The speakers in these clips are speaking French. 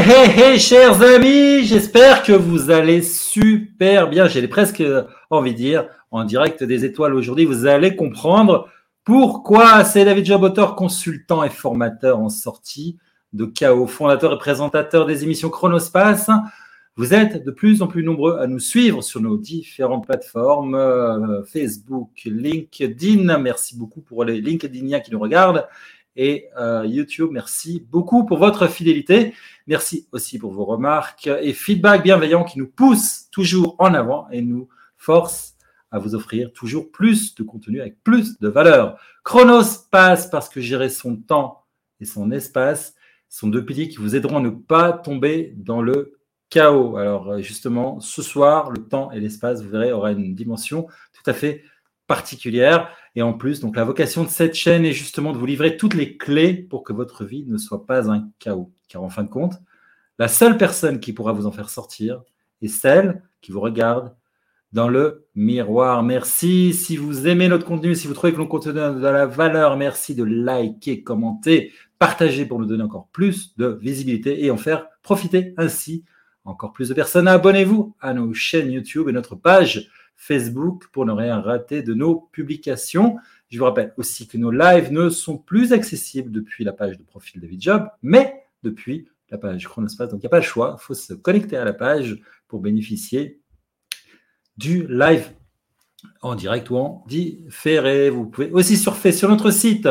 hey, chers amis, j'espère que vous allez super bien. J'ai presque envie de dire, en direct des étoiles aujourd'hui, vous allez comprendre pourquoi. C'est David Job, auteur, consultant et formateur en sortie de chaos, fondateur et présentateur des émissions Chronospace. Vous êtes de plus en plus nombreux à nous suivre sur nos différentes plateformes, Facebook, LinkedIn. Merci beaucoup pour les LinkedIniens qui nous regardent. Et YouTube, merci beaucoup pour votre fidélité. Merci aussi pour vos remarques et feedbacks bienveillants qui nous poussent toujours en avant et nous forcent à vous offrir toujours plus de contenu avec plus de valeur. Chronospace, parce que gérer son temps et son espace sont deux piliers qui vous aideront à ne pas tomber dans le chaos. Alors justement, ce soir, le temps et l'espace, vous verrez, aura une dimension tout à fait particulière. Et en plus, donc la vocation de cette chaîne est justement de vous livrer toutes les clés pour que votre vie ne soit pas un chaos. Car en fin de compte, la seule personne qui pourra vous en faire sortir est celle qui vous regarde dans le miroir. Merci. Si vous aimez notre contenu, si vous trouvez que notre contenu a de la valeur, merci de liker, commenter, partager pour nous donner encore plus de visibilité et en faire profiter ainsi encore plus de personnes. Abonnez-vous à nos chaînes YouTube et notre page Facebook pour ne rien rater de nos publications. Je vous rappelle aussi que nos lives ne sont plus accessibles depuis la page de profil David Job, mais depuis la page Chronospace. Donc, il n'y a pas le choix. Il faut se connecter à la page pour bénéficier du live en direct ou en différé. Vous pouvez aussi surfer sur notre site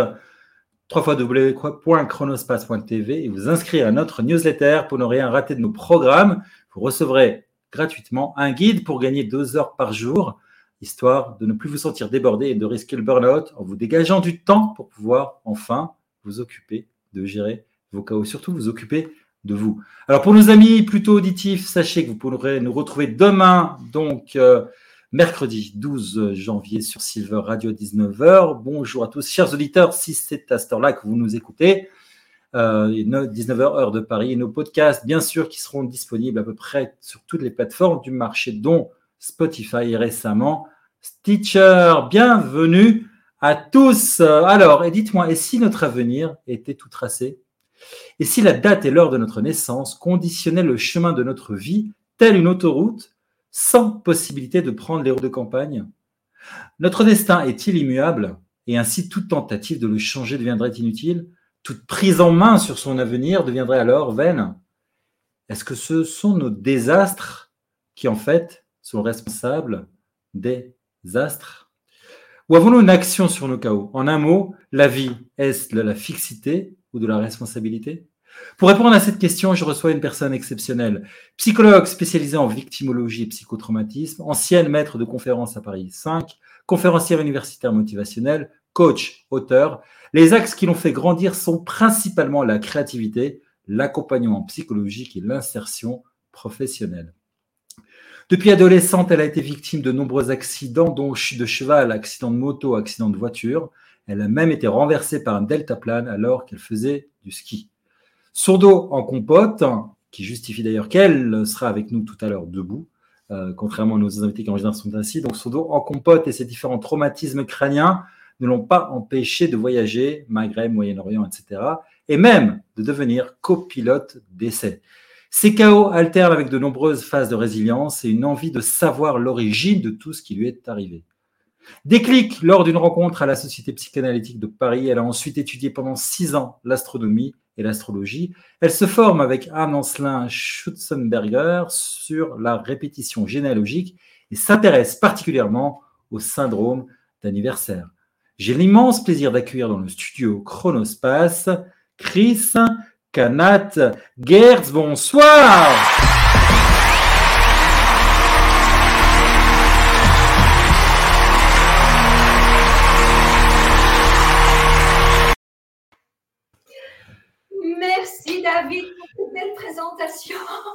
www.chronospace.tv et vous inscrire à notre newsletter pour ne rien rater de nos programmes. Vous recevrez gratuitement un guide pour gagner 2 heures par jour, histoire de ne plus vous sentir débordé et de risquer le burn-out en vous dégageant du temps pour pouvoir enfin vous occuper de gérer vos chaos, surtout vous occuper de vous. Alors pour nos amis plutôt auditifs, sachez que vous pourrez nous retrouver demain, donc mercredi 12 janvier sur Silver Radio à 19h. Bonjour à tous, chers auditeurs, si c'est à cette heure-là que vous nous écoutez, 19h heure de Paris, et nos podcasts bien sûr qui seront disponibles à peu près sur toutes les plateformes du marché dont Spotify et récemment Stitcher. Bienvenue à tous. Alors, et dites-moi, et si notre avenir était tout tracé? Et si la date et l'heure de notre naissance conditionnaient le chemin de notre vie telle une autoroute sans possibilité de prendre les routes de campagne? Notre destin est-il immuable et ainsi toute tentative de le changer deviendrait inutile? Toute prise en main sur son avenir deviendrait alors vaine? Est-ce que ce sont nos désastres qui, en fait, sont responsables des astres? Ou avons-nous une action sur nos chaos? En un mot, la vie, est-ce de la fixité ou de la responsabilité? Pour répondre à cette question, je reçois une personne exceptionnelle, psychologue spécialisée en victimologie et psychotraumatisme, ancienne maître de conférences à Paris 5, conférencière universitaire motivationnelle, coach, auteur. Les axes qui l'ont fait grandir sont principalement la créativité, l'accompagnement psychologique et l'insertion professionnelle. Depuis adolescente, elle a été victime de nombreux accidents, dont chute de cheval, accident de moto, accident de voiture. Elle a même été renversée par un deltaplane alors qu'elle faisait du ski. Son dos en compote, qui justifie d'ailleurs qu'elle sera avec nous tout à l'heure debout, contrairement à nos invités qui en général sont ainsi. Donc son dos en compote et ses différents traumatismes crâniens ne l'ont pas empêché de voyager, Maghreb, Moyen-Orient, etc., et même de devenir copilote d'essai. Ces chaos alternent avec de nombreuses phases de résilience et une envie de savoir l'origine de tout ce qui lui est arrivé. Déclic lors d'une rencontre à la Société psychanalytique de Paris. Elle a ensuite étudié pendant 6 ans l'astronomie et l'astrologie. Elle se forme avec Anne-Ancelin Schutzenberger sur la répétition généalogique et s'intéresse particulièrement au syndrome d'anniversaire. J'ai l'immense plaisir d'accueillir dans le studio Chronospace Chris Kanat-Gertz. Bonsoir. Merci David pour cette belle présentation.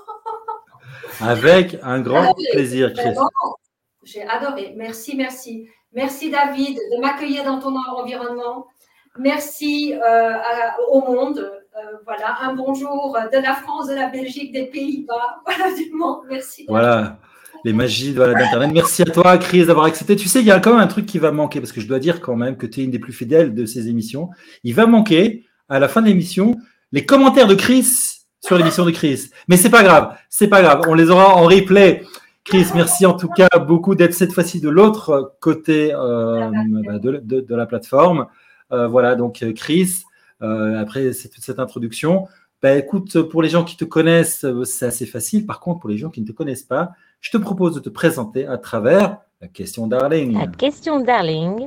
Avec un grand plaisir, Chris. J'ai adoré. Merci, merci. Merci David de m'accueillir dans ton environnement. Merci au monde. Voilà, un bonjour de la France, de la Belgique, des Pays-Bas, voilà, du monde. Merci. David. Voilà, les magies d'Internet. Merci à toi, Chris, d'avoir accepté. Tu sais, il y a quand même un truc qui va manquer, parce que je dois dire quand même que tu es une des plus fidèles de ces émissions. Il va manquer, à la fin de l'émission, les commentaires de Chris sur l'émission de Chris. Mais c'est pas grave, on les aura en replay. Chris, merci en tout cas beaucoup d'être cette fois-ci de l'autre côté de la plateforme. Voilà, donc Chris, après toute cette introduction, écoute, pour les gens qui te connaissent, c'est assez facile. Par contre, pour les gens qui ne te connaissent pas, je te propose de te présenter à travers la question Darling. La question Darling.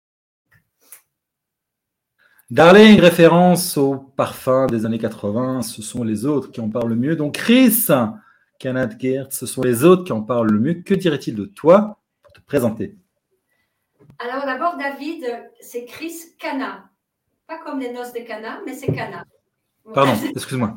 Darling, référence au parfum des années 80, ce sont les autres qui en parlent le mieux. Donc Chris, Kanat Geert, ce sont les autres qui en parlent le mieux. Que dirait-il de toi pour te présenter? Alors d'abord, David, c'est Chris Cana. Pas comme les noces de Cana, mais c'est Cana. Pardon, excuse-moi.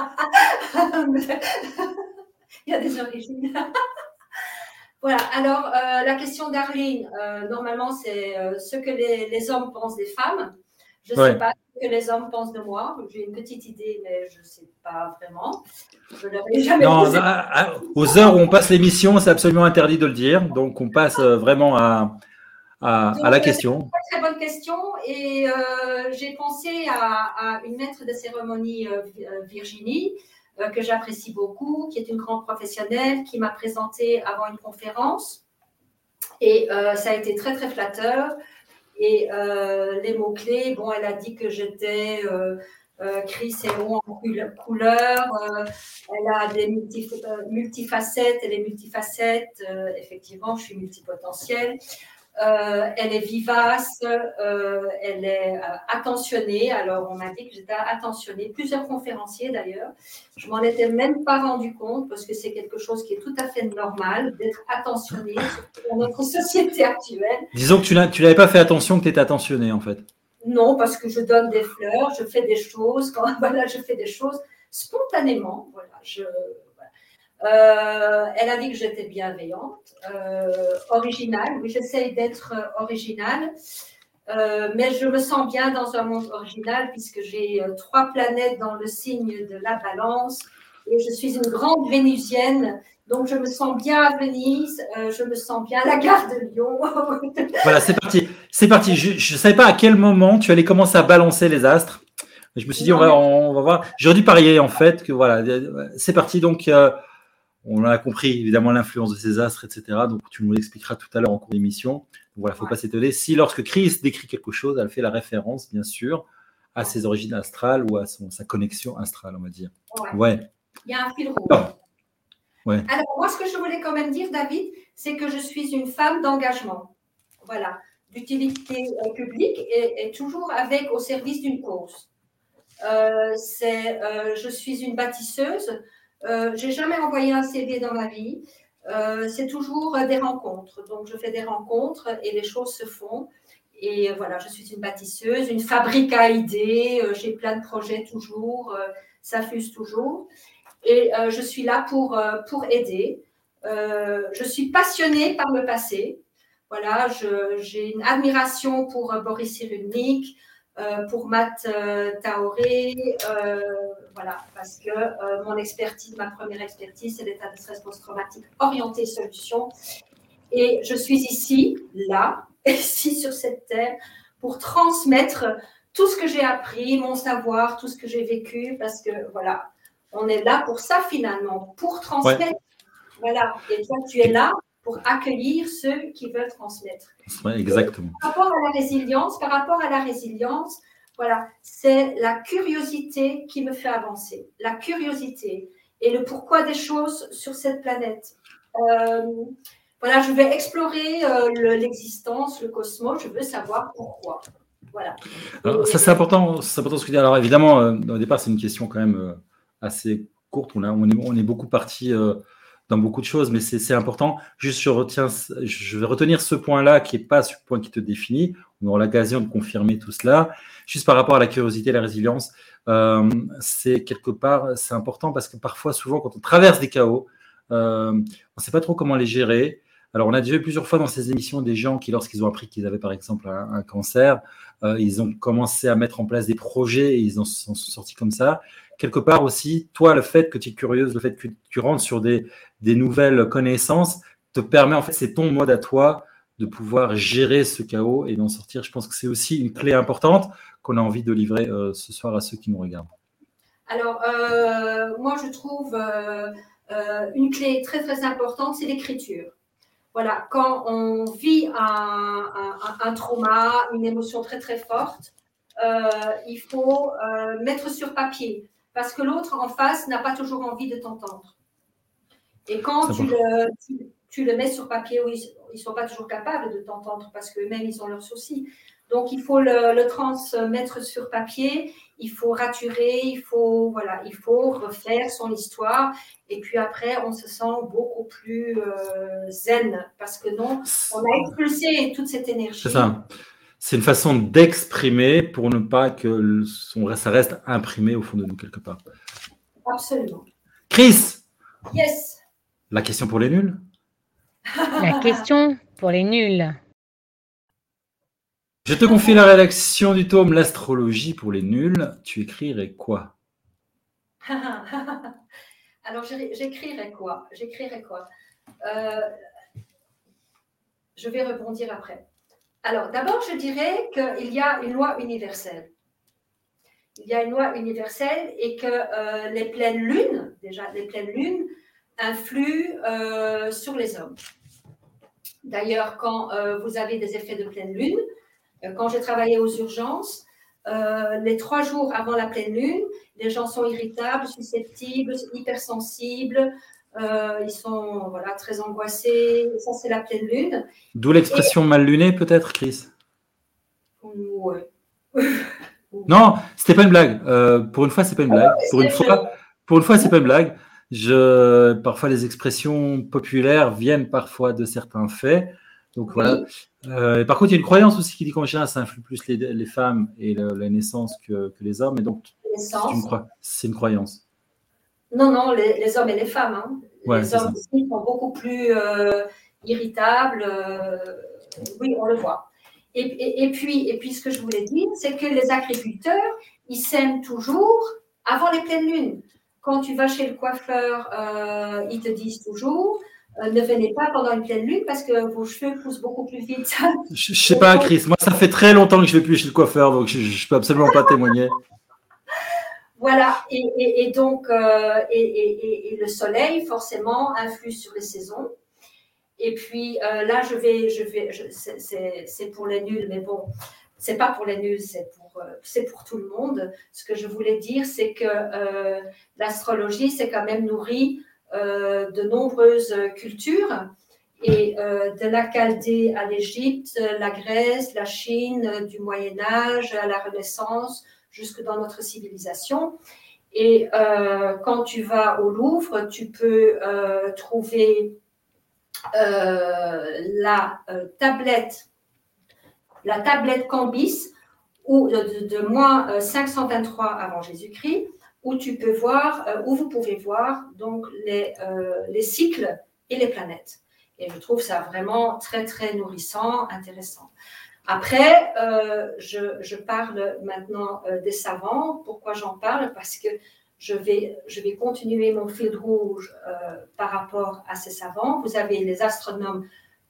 Il y a des origines. Voilà, alors la question Darling, normalement, c'est ce que les hommes pensent des femmes. Je ne sais pas ce que les hommes pensent de moi. J'ai une petite idée, mais je ne sais pas vraiment. Je ne leur ai jamais posé. Aux heures où on passe l'émission, c'est absolument interdit de le dire. Donc, on passe vraiment à la question. Très bonne question. Et j'ai pensé à une maître de cérémonie, Virginie, que j'apprécie beaucoup, qui est une grande professionnelle, qui m'a présentée avant une conférence. Et ça a été très, très flatteur. Et les mots-clés, bon, elle a dit que j'étais Chris et haut en couleur. Elle a des multifacettes. Elle est multifacette. Effectivement, je suis multipotentielle. Elle est vivace, elle est attentionnée. Alors, on m'a dit que j'étais attentionnée. Plusieurs conférenciers, d'ailleurs. Je m'en étais même pas rendu compte parce que c'est quelque chose qui est tout à fait normal d'être attentionné dans notre société actuelle. Disons que tu n'avais pas fait attention que tu étais attentionnée, en fait. Non, parce que je donne des fleurs, je fais des choses. Je fais des choses spontanément. Voilà, elle a dit que j'étais bienveillante, originale. Oui, j'essaye d'être originale, mais je me sens bien dans un monde original puisque j'ai 3 planètes dans le signe de la Balance et je suis une grande vénusienne. Donc, je me sens bien à Venise, je me sens bien à la gare de Lyon. Voilà, c'est parti. C'est parti. Je ne savais pas à quel moment tu allais commencer à balancer les astres. Je me suis dit, on va voir. J'aurais dû parier, en fait, que voilà, c'est parti. Donc, on a compris évidemment l'influence de ces astres, etc. Donc, tu nous l'expliqueras tout à l'heure en cours d'émission. Donc, voilà, il ne faut pas s'étonner. Si lorsque Chris décrit quelque chose, elle fait la référence, bien sûr, à ses origines astrales ou à sa connexion astrale, on va dire. Ouais. Il y a un fil rouge. Ouais. Alors, moi, ce que je voulais quand même dire, David, c'est que je suis une femme d'engagement. Voilà, d'utilité publique et toujours au service d'une cause. Je suis une bâtisseuse. Je n'ai jamais envoyé un CV dans ma vie. C'est toujours des rencontres. Donc, je fais des rencontres et les choses se font. Et voilà, je suis une bâtisseuse, une fabrique à idées. J'ai plein de projets toujours. Ça fuse toujours. Et je suis là pour aider. Je suis passionnée par le passé. Voilà, j'ai une admiration pour Boris Cyrulnik, pour Matt Taoré, voilà, parce que ma première expertise, c'est l'état de stress post-traumatique orienté solution. Et je suis ici sur cette terre, pour transmettre tout ce que j'ai appris, mon savoir, tout ce que j'ai vécu, parce que voilà, on est là pour ça finalement, pour transmettre. Ouais. Voilà, et toi, tu es là pour accueillir ceux qui veulent transmettre. Ouais, exactement. Par rapport à la résilience, voilà, c'est la curiosité qui me fait avancer. La curiosité et le pourquoi des choses sur cette planète. Voilà, je vais explorer l'existence, le cosmos, je veux savoir pourquoi. Voilà. Alors, ça, c'est important ce que tu dis. Alors, évidemment, au départ, c'est une question quand même assez courte. On est beaucoup parti dans beaucoup de choses, mais c'est important. Juste, je vais retenir ce point-là qui n'est pas ce point qui te définit. On aura l'occasion de confirmer tout cela. Juste par rapport à la curiosité et la résilience, c'est important parce que parfois, souvent, quand on traverse des chaos, on ne sait pas trop comment les gérer. Alors, on a déjà vu plusieurs fois dans ces émissions des gens qui, lorsqu'ils ont appris qu'ils avaient par exemple un cancer, ils ont commencé à mettre en place des projets et ils en sont sortis comme ça. Quelque part aussi, toi, le fait que tu es curieuse, le fait que tu rentres sur des nouvelles connaissances te permet, en fait, c'est ton mode à toi de pouvoir gérer ce chaos et d'en sortir. Je pense que c'est aussi une clé importante qu'on a envie de livrer ce soir à ceux qui nous regardent. Alors, moi, je trouve une clé très, très importante, c'est l'écriture. Voilà, quand on vit un trauma, une émotion très, très forte, il faut mettre sur papier parce que l'autre en face n'a pas toujours envie de t'entendre. Et quand tu le mets sur papier, ils ne sont pas toujours capables de t'entendre parce qu'eux-mêmes, ils ont leurs soucis. Donc, il faut le transmettre sur papier, il faut raturer, il faut refaire son histoire. Et puis après, on se sent beaucoup plus zen parce que non, on a expulsé toute cette énergie. C'est ça. C'est une façon d'exprimer pour ne pas que ça reste imprimé au fond de nous quelque part. Absolument. Chris. Yes. La question pour les nuls. La question pour les nuls. Je te confie la rédaction du tome L'astrologie pour les nuls. Tu écrirais quoi? Alors, j'écrirais quoi? Je vais rebondir après. Alors, d'abord, je dirais qu'il y a une loi universelle. Il y a une loi universelle et que les pleines lunes influent sur les hommes. D'ailleurs, quand vous avez des effets de pleine lune, quand j'ai travaillé aux urgences, les 3 jours avant la pleine lune, les gens sont irritables, susceptibles, hypersensibles, ils sont très angoissés. Ça, c'est la pleine lune. D'où l'expression mal luné, peut-être, Chris? Ouais. Non, c'était pas une blague. Pour une fois, c'est pas une blague. Pour une fois, c'est pas une blague. Parfois, les expressions populaires viennent parfois de certains faits. Donc voilà. Par contre, il y a une croyance aussi qui dit qu'en général, ça influe plus les femmes et la naissance que les hommes. Et donc, c'est une croyance. Non, les hommes et les femmes. Hein. Ouais, les hommes aussi sont beaucoup plus irritables. Oui, on le voit. Et puis, ce que je voulais dire, c'est que les agriculteurs, ils sèment toujours avant les pleines lunes. Quand tu vas chez le coiffeur, ils te disent toujours ne venez pas pendant une pleine lune parce que vos cheveux poussent beaucoup plus vite. Je sais pas, Chris. Moi, ça fait très longtemps que je ne vais plus chez le coiffeur, donc je ne peux absolument pas témoigner. Voilà, et donc, le soleil, forcément, influe sur les saisons. Et puis, là, c'est pour les nuls, mais bon, c'est pas pour les nuls, c'est pour tout le monde. Ce que je voulais dire, c'est que l'astrologie, c'est quand même nourri de nombreuses cultures, et de la Chaldée à l'Égypte, la Grèce, la Chine, du Moyen-Âge à la Renaissance, jusque dans notre civilisation. Et quand tu vas au Louvre, tu peux trouver la tablette Cambis de moins 523 avant Jésus-Christ, où vous pouvez voir donc les cycles et les planètes. Et je trouve ça vraiment très, très nourrissant, intéressant. Après, je parle maintenant des savants. Pourquoi j'en parle? Parce que je vais continuer mon fil rouge par rapport à ces savants. Vous avez les astronomes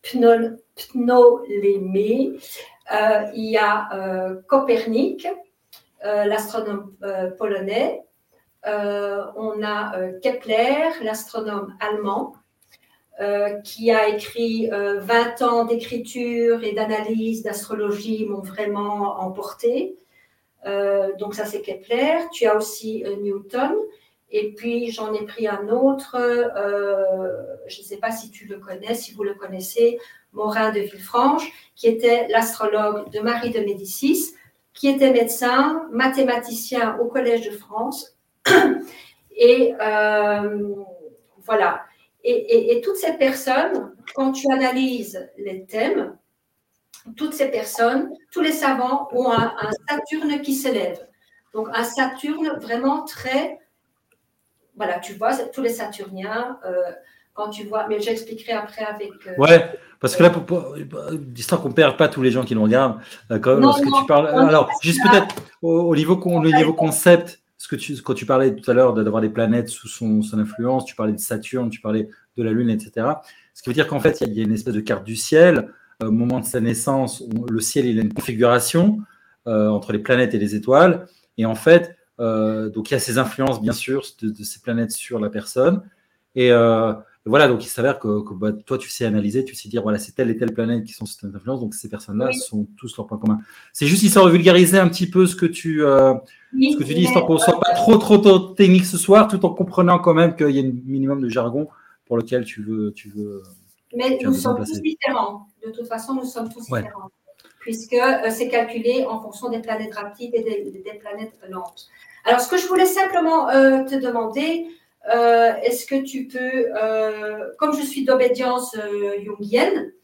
Ptolémée, il y a Copernic, l'astronome polonais, on a Kepler, l'astronome allemand, qui a écrit 20 ans d'écriture et d'analyse d'astrologie m'ont vraiment emporté. Donc ça, c'est Kepler. Tu as aussi Newton. Et puis, j'en ai pris un autre, je ne sais pas si tu le connais, si vous le connaissez, Morin de Villefranche, qui était l'astrologue de Marie de Médicis, qui était médecin, mathématicien au Collège de France. Et voilà. Et toutes ces personnes, quand tu analyses les thèmes, toutes ces personnes, tous les savants ont un Saturne qui s'élève. Donc, un Saturne vraiment très... Voilà, tu vois, tous les Saturniens, quand tu vois... Mais j'expliquerai après avec... Ouais, parce que là, d'histoire qu'on ne perde pas tous les gens qui nous regardent, lorsque tu parles... Alors, juste peut-être au niveau concept, quand tu parlais tout à l'heure d'avoir des planètes sous son influence, tu parlais de Saturne, tu parlais de la Lune, etc. Ce qui veut dire qu'en fait, il y a une espèce de carte du ciel. Au moment de sa naissance, le ciel, il a une configuration entre les planètes et les étoiles. Et en fait, Donc, il y a ces influences, bien sûr, de ces planètes sur la personne. Et voilà, donc il s'avère que toi, tu sais analyser, tu sais dire, voilà, c'est telle et telle planète qui sont sous cette influence, donc ces personnes-là Oui, sont tous leurs points communs. C'est juste histoire de vulgariser un petit peu ce que tu oui, dis, histoire qu'on ne soit pas trop technique ce soir, tout en comprenant quand même qu'il y a un minimum de jargon pour lequel tu mais as nous besoin de sommes tous passer. différents. De toute façon, nous sommes tous Ouais. différents. Puisque c'est calculé en fonction des planètes rapides et des planètes lentes. Alors, ce que je voulais simplement te demander, est-ce que tu peux, comme je suis d'obédience jungienne,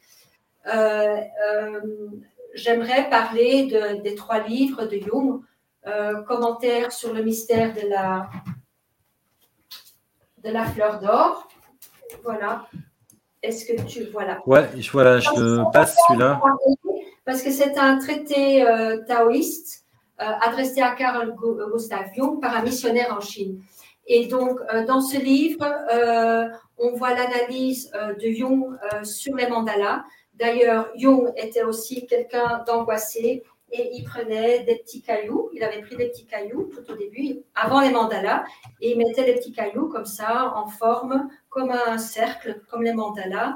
j'aimerais parler des 3 livres de Jung, commentaires sur le mystère de la fleur d'or. Voilà. Est-ce que tu... Voilà. Ouais, voilà, je te passe celui-là. Parce que c'est un traité taoïste adressé à Carl Gustav Jung par un missionnaire en Chine. Et donc, dans ce livre, on voit l'analyse de Jung sur les mandalas. D'ailleurs, Jung était aussi quelqu'un d'angoissé et il prenait des petits cailloux. Il avait pris des petits cailloux tout au début, avant les mandalas, et il mettait les petits cailloux comme ça, en forme, comme un cercle, comme les mandalas.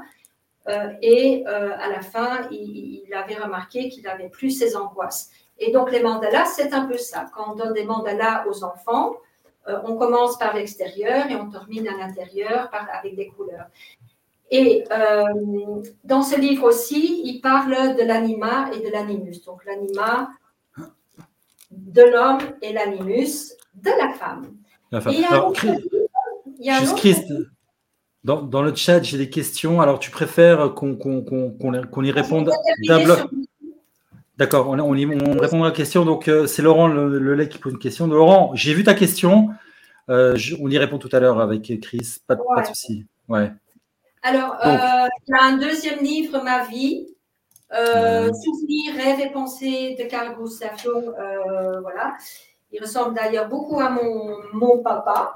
À la fin, il avait remarqué qu'il n'avait plus ses angoisses. Et donc, les mandalas, c'est un peu ça. Quand on donne des mandalas aux enfants, on commence par l'extérieur et on termine à l'intérieur avec des couleurs. Et dans ce livre aussi, il parle de l'anima et de l'animus. Donc, l'anima de l'homme et l'animus de la femme. Enfin, Et il y a un alors, autre livre, Christ, dans le chat, j'ai des questions. Alors, tu préfères qu'on y réponde d'un bloc? D'accord, on répondra à la question. Donc, c'est Laurent Lelay qui pose une question. Laurent, j'ai vu ta question. On y répond tout à l'heure avec Chris. Pas de souci. Ouais. Alors, il y a un deuxième livre, Ma vie. Souvenirs, rêves et pensées de Carl Gustav Jung. Voilà. Il ressemble d'ailleurs beaucoup à mon papa.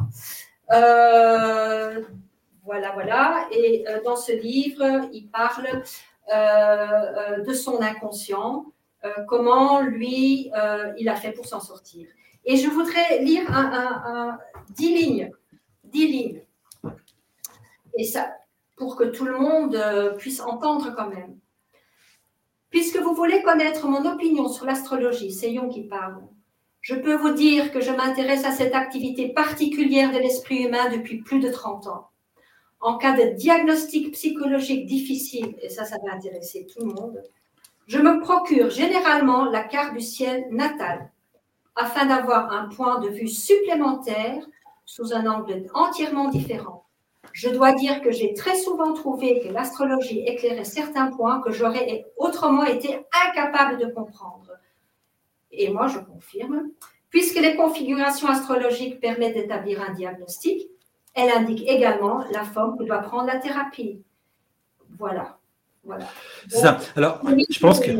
Voilà. Et dans ce livre, il parle de son inconscient, comment lui, il a fait pour s'en sortir. Et je voudrais lire 10 lignes. 10 lignes. Et ça, pour que tout le monde puisse entendre quand même. Puisque vous voulez connaître mon opinion sur l'astrologie, c'est Jung qui parle. Je peux vous dire que je m'intéresse à cette activité particulière de l'esprit humain depuis plus de 30 ans. En cas de diagnostic psychologique difficile, et ça va intéresser tout le monde, je me procure généralement la carte du ciel natal afin d'avoir un point de vue supplémentaire sous un angle entièrement différent. Je dois dire que j'ai très souvent trouvé que l'astrologie éclairait certains points que j'aurais autrement été incapable de comprendre. Et moi, je confirme. Puisque les configurations astrologiques permettent d'établir un diagnostic, elle indique également la forme que doit prendre la thérapie. Voilà. C'est ça. Alors, je pense que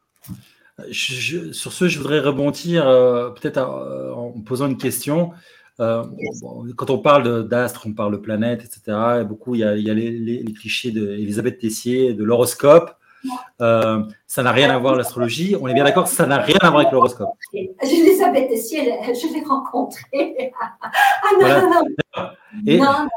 sur ce, je voudrais rebondir peut-être en posant une question. Quand on parle d'astres, on parle de planètes, etc. Et beaucoup, il y a les clichés d'Elisabeth Tessier, de l'horoscope. Ça n'a rien à voir avec l'astrologie. On est bien d'accord, ça n'a rien à voir avec l'horoscope. Elisabeth Tessier, je l'ai rencontrée. Non.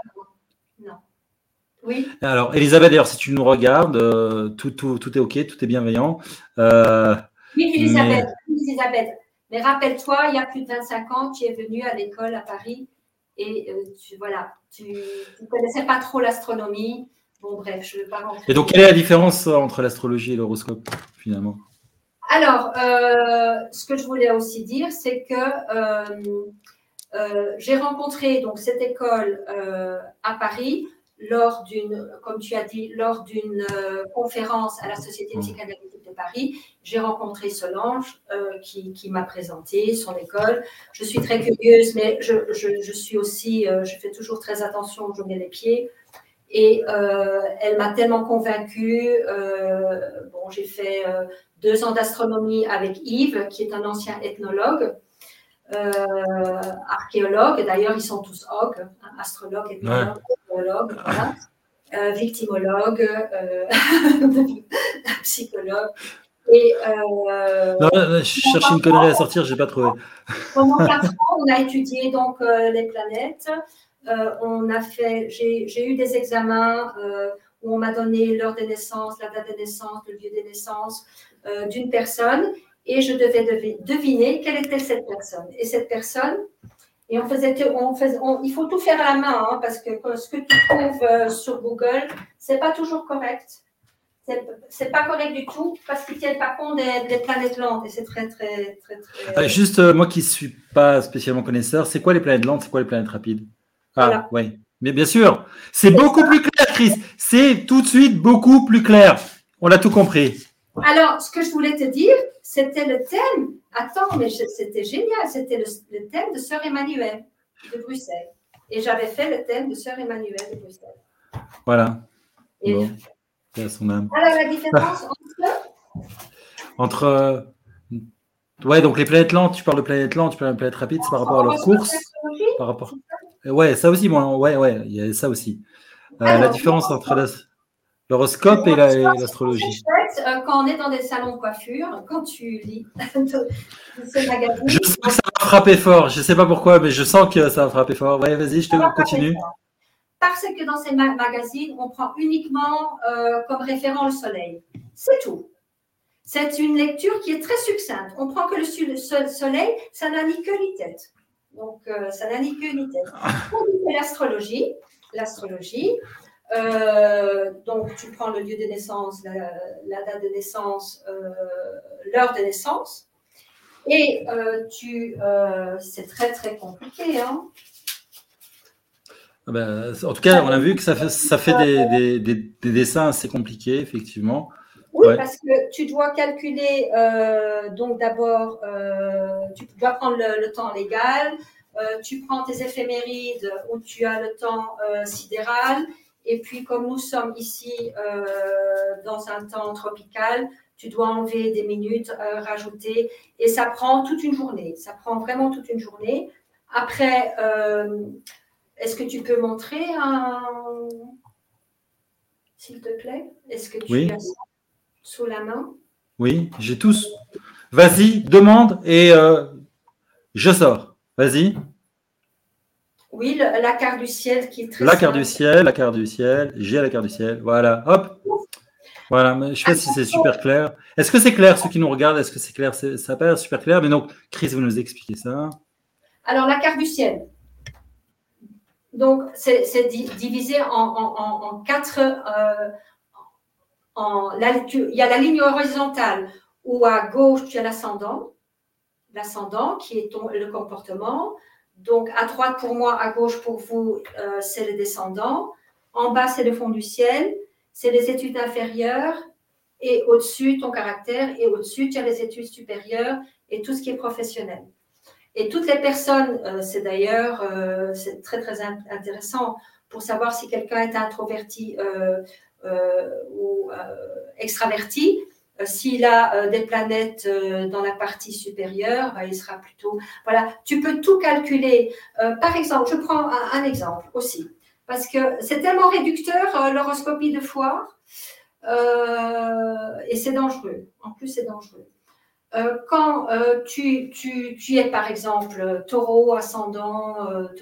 Oui. Alors, Elisabeth, d'ailleurs, si tu nous regardes, tout est OK, tout est bienveillant. Oui, Elisabeth. Mais rappelle-toi, il y a plus de 25 ans, tu es venue à l'école à Paris et tu ne connaissais pas trop l'astronomie. Bon, bref, je ne vais pas rentrer. Et donc, quelle est la différence entre l'astrologie et l'horoscope, finalement? Alors, ce que je voulais aussi dire, c'est que j'ai rencontré donc, cette école à Paris lors d'une, comme tu as dit, lors d'une conférence à la Société psychanalytique de Paris. J'ai rencontré Solange qui m'a présenté son école. Je suis très curieuse, mais je suis aussi, je fais toujours très attention où je mets les pieds. Et elle m'a tellement convaincue. J'ai fait 2 ans d'astronomie avec Yves, qui est un ancien ethnologue. Archéologues, d'ailleurs ils sont tous OG, astrologues, ethnologues, archéologues, voilà. Victimologues, psychologues. Et Non, je cherchais une connerie à sortir, je n'ai pas trouvé. pendant 4 ans, on a étudié donc les planètes. J'ai eu des examens où on m'a donné l'heure de naissance, la date de naissance, le lieu de naissance d'une personne, et je devais deviner quelle était cette personne. Et cette personne, et il faut tout faire à la main, hein, parce que ce que tu trouves sur Google, c'est pas toujours correct. C'est pas correct du tout parce qu'ils tiennent pas compte des planètes lentes et c'est très. Juste, moi qui ne suis pas spécialement connaisseur, c'est quoi les planètes lentes, c'est quoi les planètes rapides? Ah, Voilà. oui. Mais bien sûr, c'est beaucoup plus clair, Chris. C'est tout de suite beaucoup plus clair. On a tout compris. Alors, ce que je voulais te dire, c'était le thème. Attends, mais c'était génial. C'était le thème de Sœur Emmanuel de Bruxelles. Et j'avais fait le thème de Sœur Emmanuel de Bruxelles. Voilà. Et Bon, c'est à son âme. alors, la différence Entre. Ouais, donc les planètes lentes, tu parles de planètes lentes, tu parles de planètes rapides, c'est par rapport à leur course. Par rapport. Ouais, ça aussi, moi, ouais, il y a ça aussi. Alors, la différence entre l'horoscope et l'astrologie. C'est chouette quand on est dans des salons de coiffure, quand tu lis ce magazine. Je sens que ça va frapper fort. Je ne sais pas pourquoi, mais je sens que ça va frapper fort. Ouais, vas-y, je te continue. Parce que dans ces magazines, on prend uniquement comme référent le soleil. C'est tout. C'est une lecture qui est très succincte. On prend que le soleil, ça n'a ni queue ni tête. Donc, ça n'a ni queue ni tête. L'astrologie, donc tu prends le lieu de naissance, la date de naissance, l'heure de naissance, et c'est très très compliqué. Hein. En tout cas, on a vu que ça fait des dessins assez compliqués, effectivement. Oui, ouais. Parce que tu dois calculer, donc d'abord, tu dois prendre le temps légal, tu prends tes éphémérides où tu as le temps sidéral, et puis comme nous sommes ici dans un temps tropical, tu dois enlever des minutes, rajouter, et ça prend toute une journée, ça prend vraiment toute une journée. Après, est-ce que tu peux montrer s'il te plaît? Est-ce que tu as ça sous la main? Oui, j'ai tous. Vas-y, demande et je sors. Vas-y. Oui, la carte du ciel qui est très La carte du ciel, j'ai la carte du ciel. Voilà, hop. Voilà, mais je ne sais pas si c'est super clair. Est-ce que c'est clair, ceux qui nous regardent? Est-ce que c'est clair? Ça paraît super clair, mais donc, Chris, vous nous expliquez ça. Alors, la carte du ciel. Donc, c'est divisé en quatre. Il y a la ligne horizontale où à gauche, tu as l'ascendant qui est le comportement. Donc, à droite pour moi, à gauche pour vous, c'est le descendant. En bas, c'est le fond du ciel. C'est les études inférieures. Et au-dessus, ton caractère. Et au-dessus, tu as les études supérieures et tout ce qui est professionnel. Et toutes les personnes, c'est d'ailleurs c'est très, très intéressant pour savoir si quelqu'un est introverti ou extraverti. S'il a des planètes dans la partie supérieure, il sera plutôt… Voilà, tu peux tout calculer. Par exemple, je prends un exemple aussi, parce que c'est tellement réducteur, l'horoscopie de foire, et c'est dangereux. En plus, c'est dangereux. Quand tu es, par exemple, taureau ascendant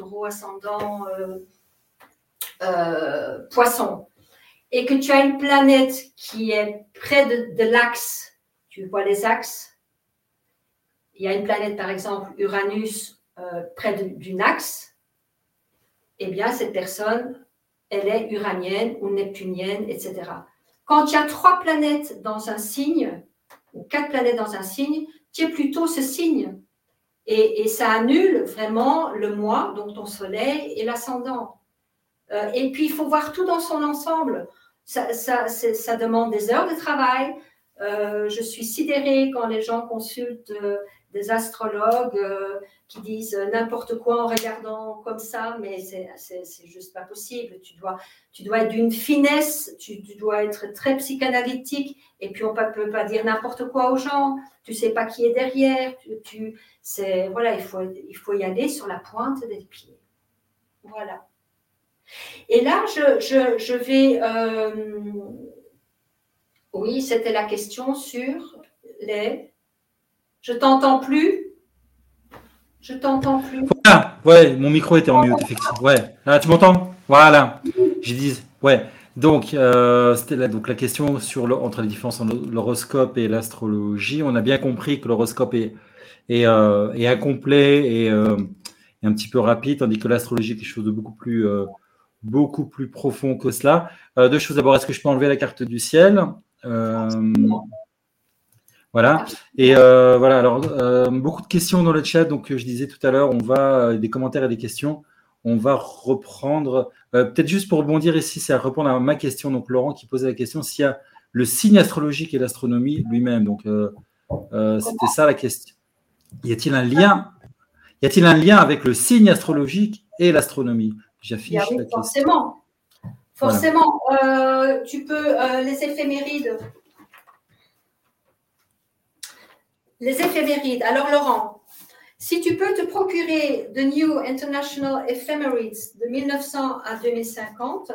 poisson, et que tu as une planète qui est près de l'axe, tu vois les axes, il y a une planète, par exemple, Uranus, près d'un axe, eh bien, cette personne, elle est uranienne ou neptunienne, etc. Quand il y a 3 planètes dans un signe, ou 4 planètes dans un signe, tu es plutôt ce signe. Et ça annule vraiment le moi, donc ton soleil et l'ascendant. Et puis, il faut voir tout dans son ensemble. Ça demande des heures de travail. Je suis sidérée quand les gens consultent des astrologues qui disent n'importe quoi en regardant comme ça, mais c'est juste pas possible. Tu dois être d'une finesse, tu dois être très psychanalytique, et puis on ne peut pas dire n'importe quoi aux gens. Tu sais pas qui est derrière. Voilà, il faut y aller sur la pointe des pieds. Voilà. Et là, je vais… oui, c'était la question sur Je t'entends plus. Je t'entends plus. Ah, ouais, mon micro était en mute, effectivement. Ouais, là, tu m'entends? Voilà. J'ai dit, ouais. Donc, c'était donc la question sur entre les différences entre l'horoscope et l'astrologie. On a bien compris que l'horoscope est incomplet et un petit peu rapide, tandis que l'astrologie est quelque chose de beaucoup plus profond que cela. Deux choses. D'abord, est-ce que je peux enlever la carte du ciel? Voilà. Et voilà. Alors, beaucoup de questions dans le chat. Donc, je disais tout à l'heure, on va des commentaires et des questions. On va reprendre. Peut-être juste pour rebondir ici, c'est à répondre à ma question. Donc, Laurent qui posait la question s'il y a le signe astrologique et l'astronomie lui-même. Donc, c'était ça la question. Y a-t-il un lien? Y a-t-il un lien avec le signe astrologique et l'astronomie? J'affiche la question. Forcément. Forcément. Voilà. Tu peux les éphémérides. Les éphémérides. Alors, Laurent, si tu peux te procurer The New International Ephemerides de 1900 à 2050,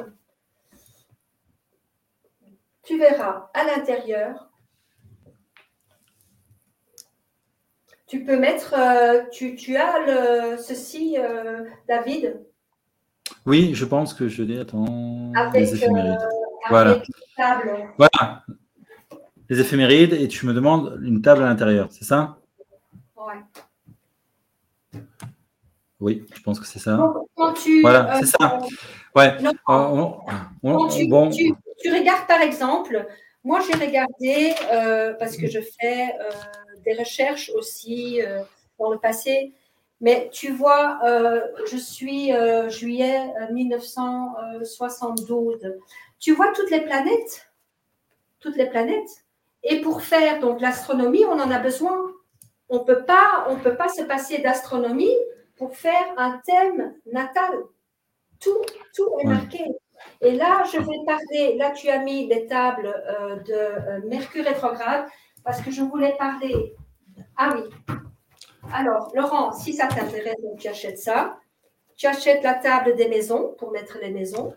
tu verras à l'intérieur, tu peux mettre, tu as ceci, David? Oui, je pense que je l'ai. Attends, les éphémérides. Voilà. Avec une table. Voilà. Les éphémérides, et tu me demandes une table à l'intérieur, c'est ça? Ouais. Oui, je pense que c'est ça. Donc, quand tu, voilà, c'est ça. Ouais. Tu regardes par exemple, moi j'ai regardé, parce que je fais des recherches aussi dans le passé, mais tu vois, je suis juillet 1972. Tu vois toutes les planètes, et pour faire donc l'astronomie, on en a besoin. On peut pas se passer d'astronomie pour faire un thème natal. Tout est marqué. Et là, je vais parler, là tu as mis les tables de Mercure rétrograde, parce que je voulais parler. Ah oui. Alors, Laurent, si ça t'intéresse, donc tu achètes ça. Tu achètes la table des maisons pour mettre les maisons.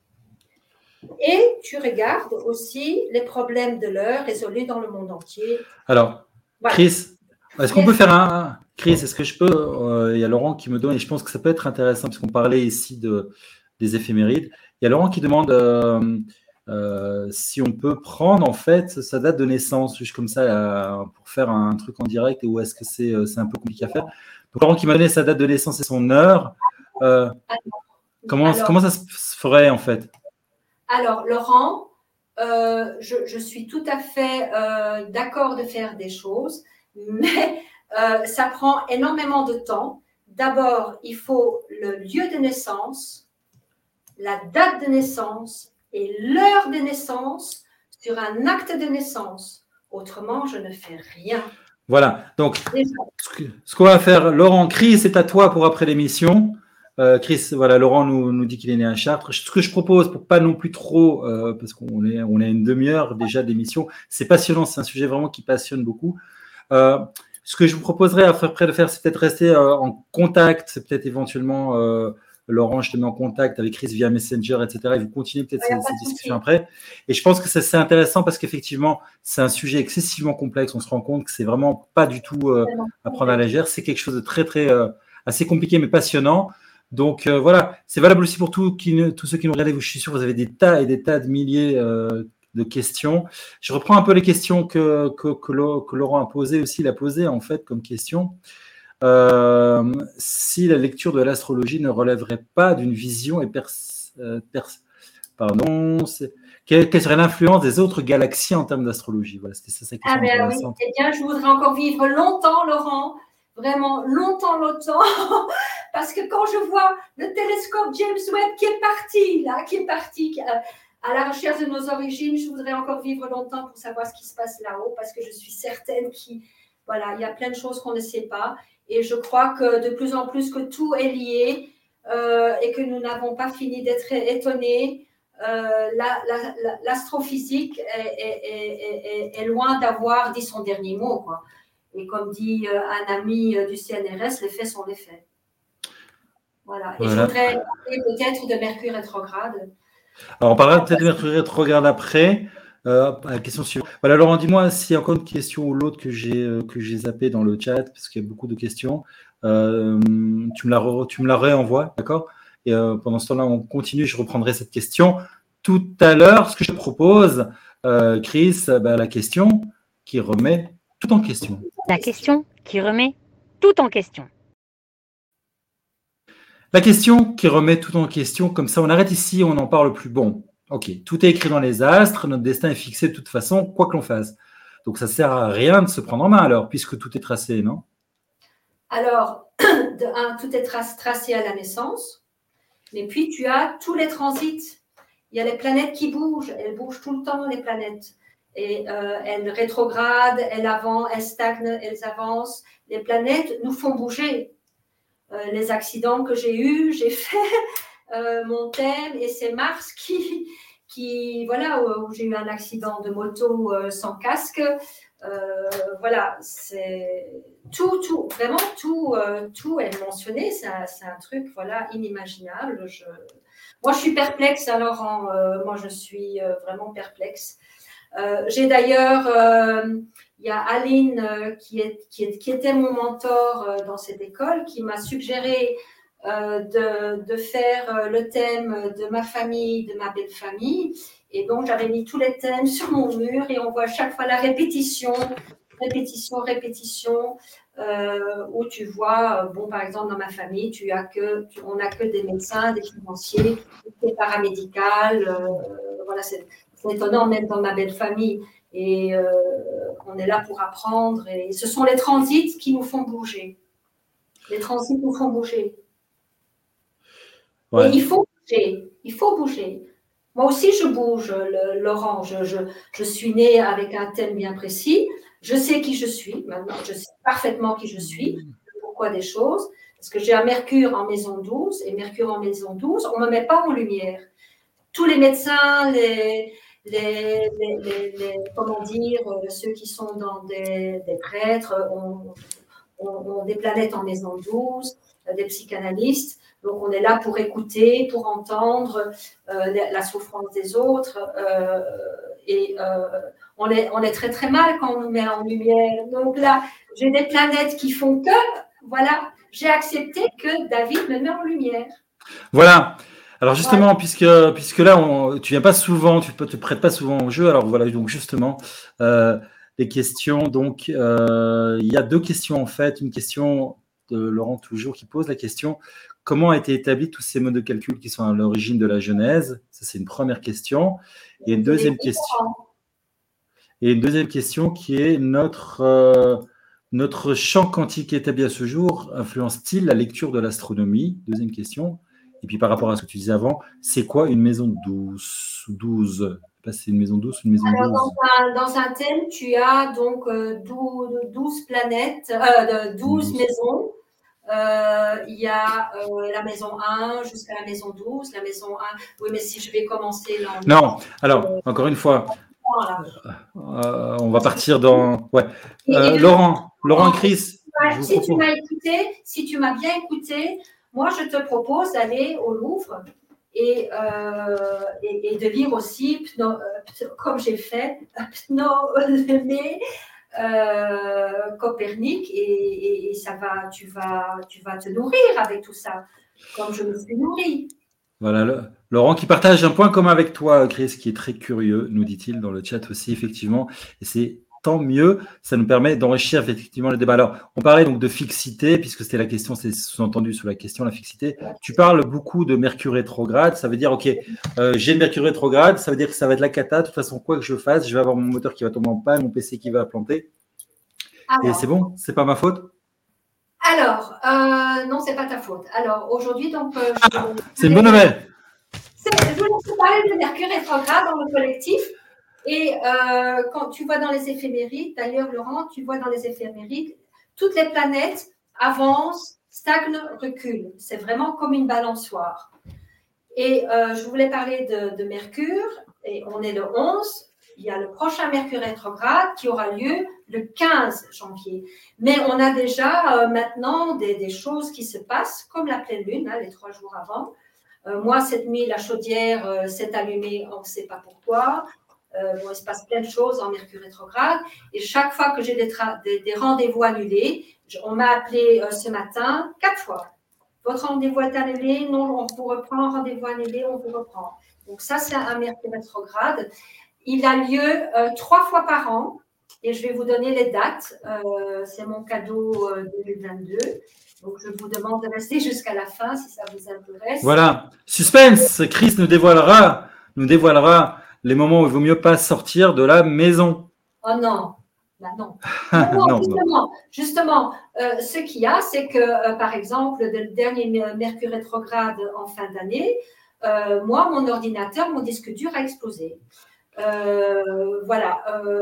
Et tu regardes aussi les problèmes de l'heure résolus dans le monde entier. Alors, voilà. Chris, est-ce qu'on peut faire un… Chris, est-ce que je peux… Il y a Laurent qui me demande, et je pense que ça peut être intéressant, parce qu'on parlait ici des éphémérides. Il y a Laurent qui demande si on peut prendre, en fait, sa date de naissance, juste comme ça, pour faire un truc en direct, ou est-ce que c'est un peu compliqué à faire. Donc, Laurent qui m'a donné sa date de naissance et son heure. Comment ça se ferait, en fait? Alors, Laurent, je suis tout à fait d'accord de faire des choses, mais ça prend énormément de temps. D'abord, il faut le lieu de naissance, la date de naissance et l'heure de naissance sur un acte de naissance. Autrement, je ne fais rien. Voilà. Donc, ce qu'on va faire, Laurent, Chris, c'est à toi pour après l'émission. Chris, voilà, Laurent nous dit qu'il est né à Chartres. Ce que je propose, pour pas non plus trop, parce qu'on est à une demi-heure déjà d'émission, c'est passionnant, c'est un sujet vraiment qui passionne beaucoup. Ce que je vous proposerais après de faire, c'est peut-être rester en contact, c'est peut-être éventuellement, Laurent, je te mets en contact avec Chris via Messenger, etc. Et vous continuez peut-être ces discussions après. Et je pense que c'est intéressant parce qu'effectivement, c'est un sujet excessivement complexe. On se rend compte que c'est vraiment pas du tout à prendre à la légère. C'est quelque chose de très, très assez compliqué, mais passionnant. Donc voilà, c'est valable aussi pour tous ceux qui nous regardent. Je suis sûr que vous avez des tas et des tas de milliers de questions. Je reprends un peu les questions que Laurent a posées aussi. Il a posé en fait comme question. Si la lecture de l'astrologie ne relèverait pas d'une vision quelle serait l'influence des autres galaxies en termes d'astrologie? Voilà, c'était ça sa question. Ah ben oui, eh bien, je voudrais encore vivre longtemps, Laurent, vraiment longtemps, parce que quand je vois le télescope James Webb qui est parti à la recherche de nos origines, je voudrais encore vivre longtemps pour savoir ce qui se passe là-haut, parce que je suis certaine qu'il y a plein de choses qu'on ne sait pas. Et je crois que de plus en plus que tout est lié et que nous n'avons pas fini d'être étonnés. L'astrophysique est loin d'avoir dit son dernier mot, quoi. Et comme dit un ami du CNRS, les faits sont les faits. Voilà. Et je voudrais parler peut-être de Mercure rétrograde. Alors, on parlera peut-être de Mercure rétrograde après. La question suivante. Voilà, Laurent, dis-moi s'il y a encore une question ou l'autre que j'ai zappé dans le chat, parce qu'il y a beaucoup de questions. Tu me la réenvoies, d'accord? Et pendant ce temps-là, on continue. Je reprendrai cette question tout à l'heure. Ce que je te propose, Chris, la question qui remet tout en question. La question qui remet tout en question. La question qui remet tout en question, comme ça, on arrête ici, on n'en parle plus. Bon, ok, tout est écrit dans les astres, notre destin est fixé de toute façon, quoi que l'on fasse. Donc, ça ne sert à rien de se prendre en main alors, puisque tout est tracé, non? Alors, tout est tracé à la naissance, mais puis tu as tous les transits. Il y a les planètes qui bougent, elles bougent tout le temps, les planètes. Et elles rétrogradent, elles avancent, elles stagnent, elles avancent. Les planètes nous font bouger. Les accidents que j'ai eus, j'ai fait mon thème et c'est Mars où j'ai eu un accident de moto sans casque. Voilà, c'est tout, vraiment tout est mentionné. C'est un truc, voilà, inimaginable. Moi, je suis perplexe, Laurent. Moi, je suis vraiment perplexe. J'ai d'ailleurs, il y a Aline qui était mon mentor dans cette école, qui m'a suggéré de faire le thème de ma famille, de ma belle famille. Et donc, j'avais mis tous les thèmes sur mon mur et on voit chaque fois la répétition, où tu vois, par exemple, dans ma famille, on n'a que des médecins, des financiers, des paramédicales. Voilà, c'est étonnant, même dans ma belle famille. Et on est là pour apprendre. Et ce sont les transits qui nous font bouger. Les transits nous font bouger. Ouais. Et il faut bouger. Moi aussi, je bouge, Laurent. Je suis née avec un thème bien précis. Je sais qui je suis. Maintenant, je sais parfaitement qui je suis, pourquoi des choses. Parce que j'ai un Mercure en maison 12. Et Mercure en maison 12, on ne me met pas en lumière. Tous les médecins, comment dire, ceux qui sont dans des prêtres, ont des planètes en maison 12, des psychanalystes. Donc, on est là pour écouter, pour entendre la souffrance des autres. On est très, très mal quand on nous met en lumière. Donc là, j'ai des planètes qui font que, voilà, j'ai accepté que David me met en lumière. Voilà. Alors justement, ouais. puisque là, tu viens pas souvent, tu te prêtes pas souvent au jeu. Alors voilà, donc justement, les questions. Donc, il y a deux questions en fait. Une question de Laurent toujours qui pose la question: comment a été établi tous ces modes de calcul qui sont à l'origine de la Genèse? Ça, c'est une première question. Et une deuxième question qui est notre champ quantique établi à ce jour influence-t-il la lecture de l'astronomie? Deuxième question. Et puis par rapport à ce que tu disais avant, c'est quoi une maison 12? C'est une maison 12 ou une maison 12? Dans un thème, tu as donc 12 planètes, 12 maisons. Il y a la maison 1 jusqu'à la maison 12. La maison 1, oui, mais si je vais commencer là. Non, alors, encore une fois, on va partir dans. Ouais. Laurent et Chris. Si tu m'as bien écouté, moi, je te propose d'aller au Louvre et de lire aussi, comme j'ai fait, Ptolémée, Copernic, et ça va, tu vas te nourrir avec tout ça, comme je me suis nourrie. Voilà, Laurent qui partage un point commun avec toi, Chris, qui est très curieux, nous dit-il dans le chat aussi, effectivement. Et c'est tant mieux, ça nous permet d'enrichir effectivement le débat. Alors, on parlait donc de fixité, puisque c'était la question, c'est sous-entendu sous la question, la fixité. Tu parles beaucoup de Mercure rétrograde, ça veut dire, ok, j'ai le Mercure rétrograde, ça veut dire que ça va être la cata, de toute façon, quoi que je fasse, je vais avoir mon moteur qui va tomber en panne, mon PC qui va planter. Alors, et c'est bon, c'est pas ma faute? Alors, non, c'est pas ta faute. Alors, aujourd'hui, donc… c'est une bonne nouvelle. Je voulais te parler de Mercure rétrograde dans le collectif. Et quand tu vois dans les éphémérides, d'ailleurs, Laurent, tu vois dans les éphémérides, toutes les planètes avancent, stagnent, reculent. C'est vraiment comme une balançoire. Et je voulais parler de Mercure, et on est le 11. Il y a le prochain Mercure rétrograde qui aura lieu le 15 janvier. Mais on a déjà maintenant des choses qui se passent, comme la pleine lune, les 3 jours avant. Moi, cette nuit, la chaudière s'est allumée, on ne sait pas pourquoi. Bon, il se passe plein de choses en Mercure rétrograde. Et chaque fois que j'ai des rendez-vous annulés, on m'a appelé ce matin 4 fois. Votre rendez-vous est annulé, non, on vous reprend, rendez-vous annulé, on vous reprend. Donc ça, c'est un Mercure rétrograde. Il a lieu 3 fois par an et je vais vous donner les dates. C'est mon cadeau 2022. Donc je vous demande de rester jusqu'à la fin si ça vous intéresse. Voilà, suspense. Chris nous dévoilera les moments où il vaut mieux pas sortir de la maison. Oh non, bah non. Non, justement, ce qu'il y a, c'est que, par exemple, le dernier Mercure rétrograde en fin d'année, moi, mon ordinateur, mon disque dur a explosé. Voilà.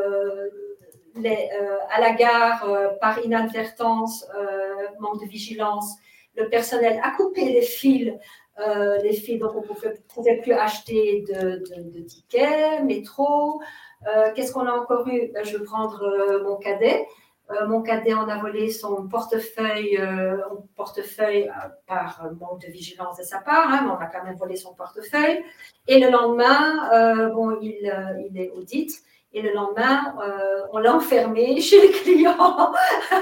À la gare, par inadvertance, manque de vigilance, le personnel a coupé les fils, donc on ne pouvait plus acheter de tickets, métro. Qu'est-ce qu'on a encore eu? Je vais prendre mon cadet. Mon cadet en a volé son portefeuille, par manque de vigilance de sa part, hein, mais on a quand même volé son portefeuille. Et le lendemain, bon, il est audit. Et le lendemain, on l'a enfermé chez les clients.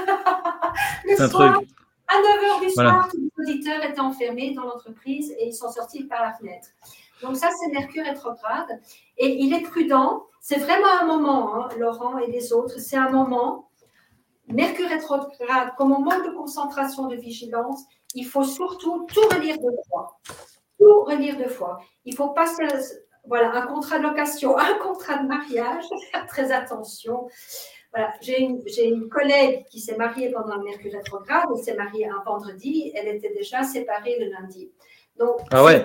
Le soir, truc. à 9h du Voilà. soir, tous les auditeurs étaient enfermés dans l'entreprise et ils sont sortis par la fenêtre. Donc ça, c'est Mercure rétrograde. Et il est prudent. C'est vraiment un moment, hein, Laurent et les autres, c'est un moment. Mercure rétrograde, comme on manque de concentration, de vigilance, il faut surtout tout relire deux fois. Tout relire deux fois. Il faut passer, voilà, un contrat de location, un contrat de mariage, faire très attention. Voilà, j'ai une collègue qui s'est mariée pendant le Mercure rétrograde, elle s'est mariée un vendredi, elle était déjà séparée le lundi. Donc, ah ouais.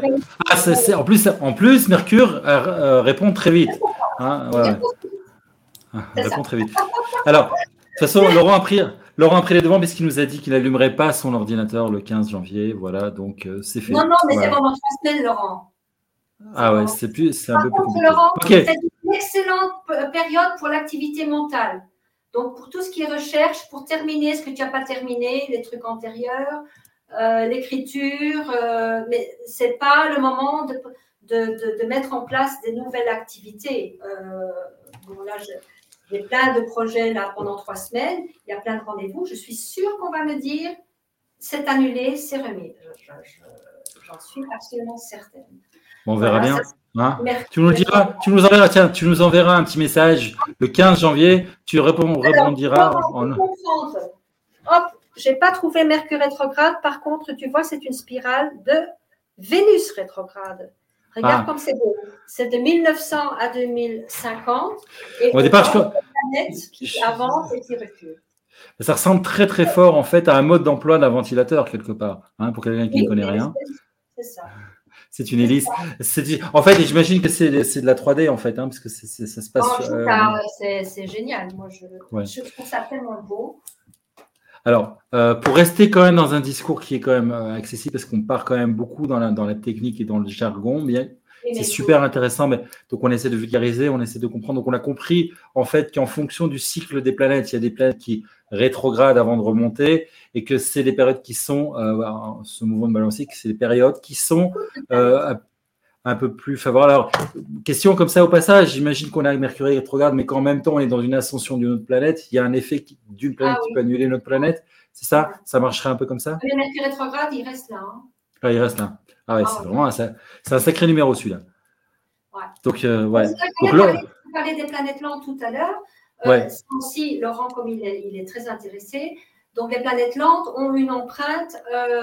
En plus, Mercure répond très vite. Hein, ouais. Répond très vite. Alors, de toute façon, Laurent a pris les devants puisqu'il nous a dit qu'il n'allumerait pas son ordinateur le 15 janvier. Voilà, donc c'est fait. Non, mais voilà. C'est pendant 3 semaines, Laurent. Ah ouais, c'est un peu plus compliqué. Laurent, c'est une excellente période pour l'activité mentale. Donc, pour tout ce qui est recherche, pour terminer ce que tu n'as pas terminé, les trucs antérieurs, l'écriture, mais ce n'est pas le moment de mettre en place des nouvelles activités. Bon, là, j'ai plein de projets là pendant 3 semaines, il y a plein de rendez-vous. Je suis sûre qu'on va me dire c'est annulé, c'est remis. J'en suis absolument certaine. Bon, on verra bien. Hein, tu nous enverras un petit message le 15 janvier. Tu répondras. Hop, je n'ai pas trouvé Mercure rétrograde. Par contre, tu vois, c'est une spirale de Vénus rétrograde. Regarde comme c'est beau. C'est de 1900 à 2050. Et au départ, la planète qui avance et qui recule. Ça ressemble très très fort en fait à un mode d'emploi d'un ventilateur quelque part, hein, pour quelqu'un qui ne connaît rien. C'est ça. C'est une hélice. En fait, j'imagine que c'est de la 3D en fait, hein, parce que ça se passe. C'est génial. Moi, je trouve ça tellement beau. Alors, pour rester quand même dans un discours qui est quand même accessible, parce qu'on part quand même beaucoup dans la technique et dans le jargon, mais c'est super intéressant. Mais, donc, on essaie de vulgariser, on essaie de comprendre. Donc, on a compris en fait qu'en fonction du cycle des planètes, il y a des planètes qui rétrogradent avant de remonter et que c'est des périodes qui sont, ce mouvement de balancier, c'est des périodes qui sont un peu plus favorables. Alors, question comme ça au passage, j'imagine qu'on a Mercure rétrograde, mais qu'en même temps, on est dans une ascension d'une autre planète. Il y a un effet d'une planète qui peut annuler notre planète. C'est ça? Ça marcherait un peu comme ça? Le Mercure rétrograde, il reste là. Hein. Ah, il reste là. Ah ouais, c'est vraiment c'est un sacré numéro celui-là. Ouais. Donc, ouais. On parlait des planètes lentes tout à l'heure. Aussi, Laurent, comme il est très intéressé, donc les planètes lentes ont une empreinte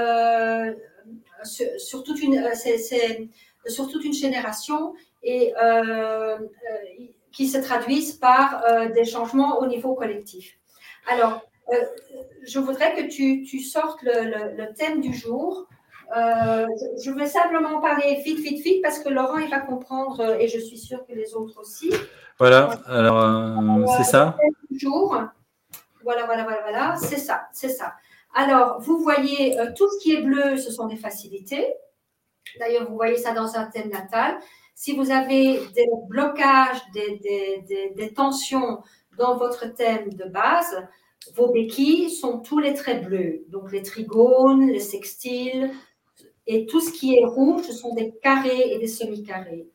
sur toute une génération et qui se traduisent par des changements au niveau collectif. Alors, je voudrais que tu sortes le thème du jour. Je vais simplement parler vite, parce que Laurent, il va comprendre, et je suis sûre que les autres aussi. Voilà, alors c'est ça. Le thème du jour. Voilà, c'est ça. Alors, vous voyez, tout ce qui est bleu, ce sont des facilités. D'ailleurs, vous voyez ça dans un thème natal. Si vous avez des blocages, des tensions dans votre thème de base, vos béquilles sont tous les traits bleus. Donc, les trigones, les sextiles et tout ce qui est rouge, ce sont des carrés et des semi-carrés.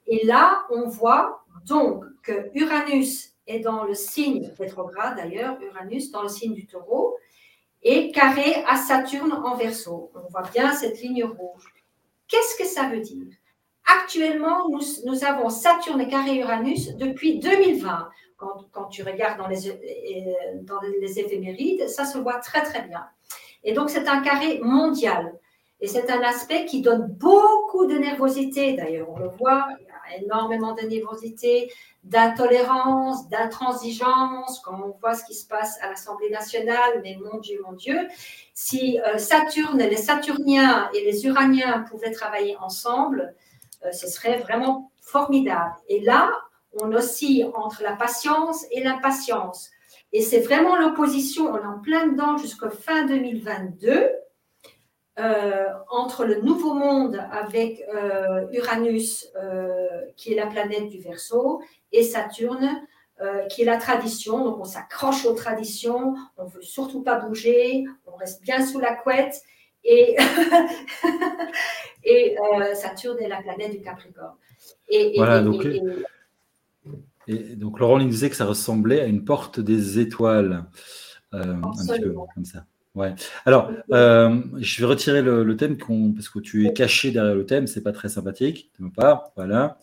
Et là, on voit donc que Uranus est dans le signe rétrograde, d'ailleurs, Uranus dans le signe du Taureau, et carré à Saturne en Verseau. On voit bien cette ligne rouge. Qu'est-ce que ça veut dire? Actuellement, nous avons Saturne carré Uranus depuis 2020. Quand tu regardes dans les éphémérides, ça se voit très, très bien. Et donc, c'est un carré mondial. Et c'est un aspect qui donne beaucoup de nervosité. D'ailleurs, on le voit, il y a énormément de nervosité, d'intolérance, d'intransigeance. Quand on voit ce qui se passe à l'Assemblée nationale, mais mon Dieu, si Saturne, les Saturniens et les Uraniens pouvaient travailler ensemble, ce serait vraiment formidable. Et là, on oscille entre la patience et l'impatience. Et c'est vraiment l'opposition, on est en plein dedans jusqu'à fin 2022, entre le nouveau monde avec Uranus, qui est la planète du Verseau, et Saturne, qui est la tradition. Donc, on s'accroche aux traditions, on ne veut surtout pas bouger, on reste bien sous la couette. Et, et Saturne est la planète du Capricorne. Et donc, Laurent nous disait que ça ressemblait à une porte des étoiles. Un petit peu comme ça. Ouais. Alors, je vais retirer le thème parce que tu es caché derrière le thème, c'est pas très sympathique de ma part. Voilà.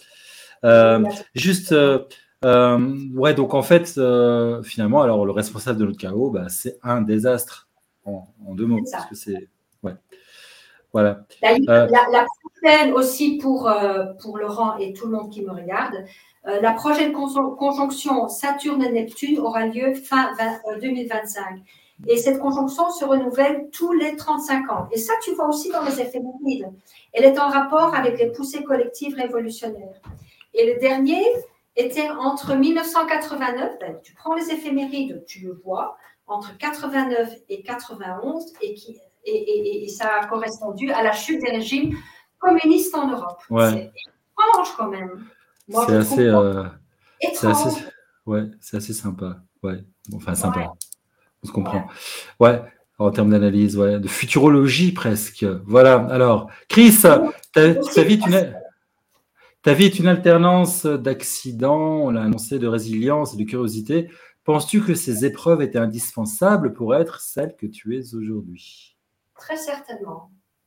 Ouais, donc en fait, finalement, alors le responsable de notre chaos, c'est un désastre en 2 mots. Parce que c'est. Ouais. Voilà. La prochaine aussi pour Laurent et tout le monde qui me regarde, la prochaine conjonction Saturne-Neptune aura lieu fin 2025. Et cette conjonction se renouvelle tous les 35 ans. Et ça, tu vois aussi dans les éphémérides. Elle est en rapport avec les poussées collectives révolutionnaires. Et le dernier était entre 1989, tu prends les éphémérides, tu le vois, entre 89 et 91, et ça a correspondu à la chute des régimes communistes en Europe. Ouais. C'est étrange quand même. Moi, c'est assez, étrange. C'est assez sympa. Ouais. Enfin, sympa. Ouais. On se comprend. Ouais. En termes d'analyse, ouais, de futurologie presque. Voilà. Alors, Chris, ta vie est une alternance d'accidents, on l'a annoncé, de résilience et de curiosité. Penses-tu que ces épreuves étaient indispensables pour être celle que tu es aujourd'hui? Très certainement.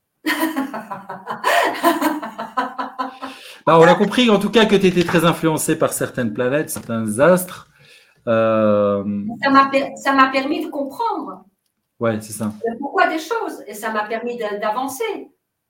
On a compris en tout cas que tu étais très influencé par certaines planètes, certains astres. Ça m'a permis de comprendre. Ouais, c'est ça. Pourquoi des choses, et ça m'a permis d'avancer.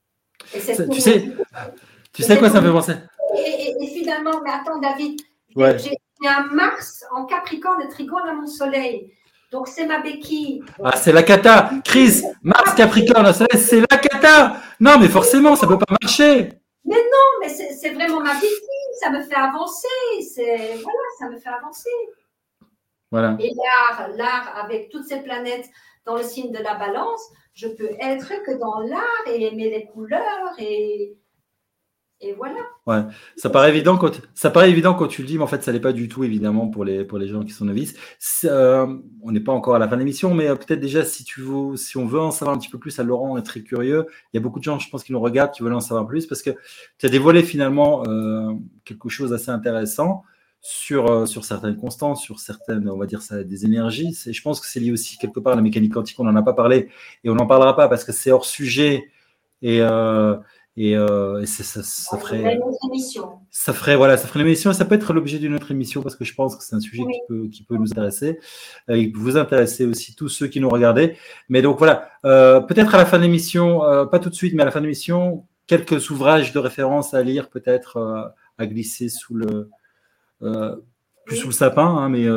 Tu sais quoi ça me fait penser? Et finalement, mais attends David, j'ai un Mars en Capricorne et Trigone à mon soleil. Donc c'est ma béquille. Ah, c'est la cata. Chris, Mars Capricorne, c'est la cata. Non, mais forcément, ça peut pas marcher. Mais non, mais c'est vraiment ma béquille. Ça me fait avancer. Voilà, ça me fait avancer. Voilà. Et l'art avec toutes ces planètes dans le signe de la Balance, je peux être que dans l'art et aimer les couleurs et voilà. Ouais, ça paraît évident quand tu le dis, mais en fait, ça l'est pas du tout, évidemment, pour les gens qui sont novices. On n'est pas encore à la fin de l'émission, mais peut-être déjà, si on veut en savoir un petit peu plus, Laurent est très curieux. Il y a beaucoup de gens, je pense, qui nous regardent, qui veulent en savoir plus, parce que tu as dévoilé finalement quelque chose d'assez intéressant sur certaines constantes, sur certaines, on va dire ça, des énergies. Je pense que c'est lié aussi quelque part à la mécanique quantique, on n'en a pas parlé, et on n'en parlera pas parce que c'est hors sujet, et ça ferait une émission. Ça ferait une émission, et ça peut être l'objet d'une autre émission parce que je pense que c'est un sujet qui peut nous intéresser, et vous intéresser aussi tous ceux qui nous regardez. Mais donc voilà, peut-être à la fin de l'émission, pas tout de suite, mais à la fin de l'émission, quelques ouvrages de référence à lire, peut-être à glisser sous le plus sous le sapin, hein, mais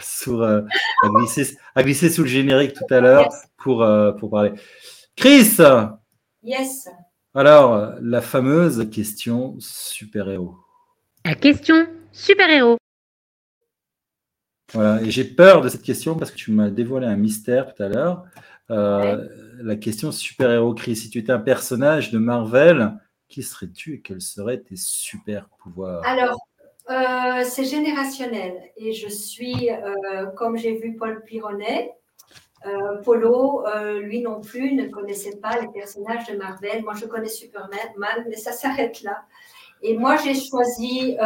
à glisser sous le générique tout à l'heure pour parler. Chris. Yes. Alors, la fameuse question super-héros. La question super-héros. Voilà, et j'ai peur de cette question parce que tu m'as dévoilé un mystère tout à l'heure. La question super-héros, Chris, si tu étais un personnage de Marvel, qui serais-tu et quels seraient tes super-pouvoirs? Alors, c'est générationnel et je suis, comme j'ai vu Paul Pironnet, Polo, lui non plus, ne connaissait pas les personnages de Marvel. Moi, je connais Superman, mais ça s'arrête là. Et moi, j'ai choisi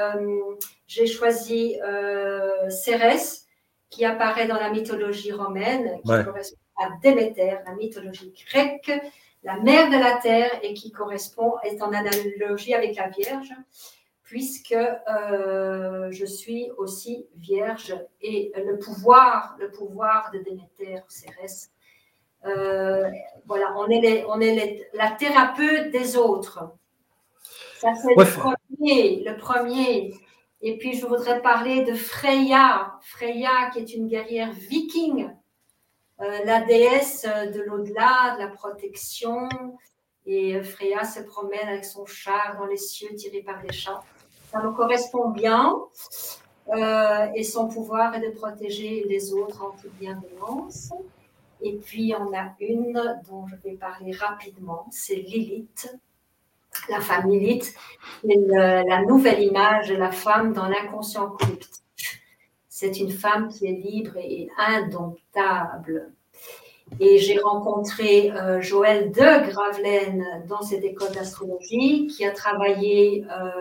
Cérès, qui apparaît dans la mythologie romaine, qui correspond à Déméter, la mythologie grecque, la mère de la terre, et qui est en analogie avec la Vierge, puisque je suis aussi vierge, et le pouvoir de Déméter, Cérès, voilà, on est la thérapeute des autres. Ça, c'est le premier. Et puis, je voudrais parler de Freya. Freya, qui est une guerrière viking, la déesse de l'au-delà, de la protection. Et Freya se promène avec son char dans les cieux tiré par des chats. Ça me correspond bien. Et son pouvoir est de protéger les autres en toute bienveillance. Et puis, on a une dont je vais parler rapidement, c'est Lilith. La femme Lilith, c'est la nouvelle image de la femme dans l'inconscient collectif. C'est une femme qui est libre et indomptable. Et j'ai rencontré Joël de Gravelaine dans cette école d'astrologie, qui a travaillé,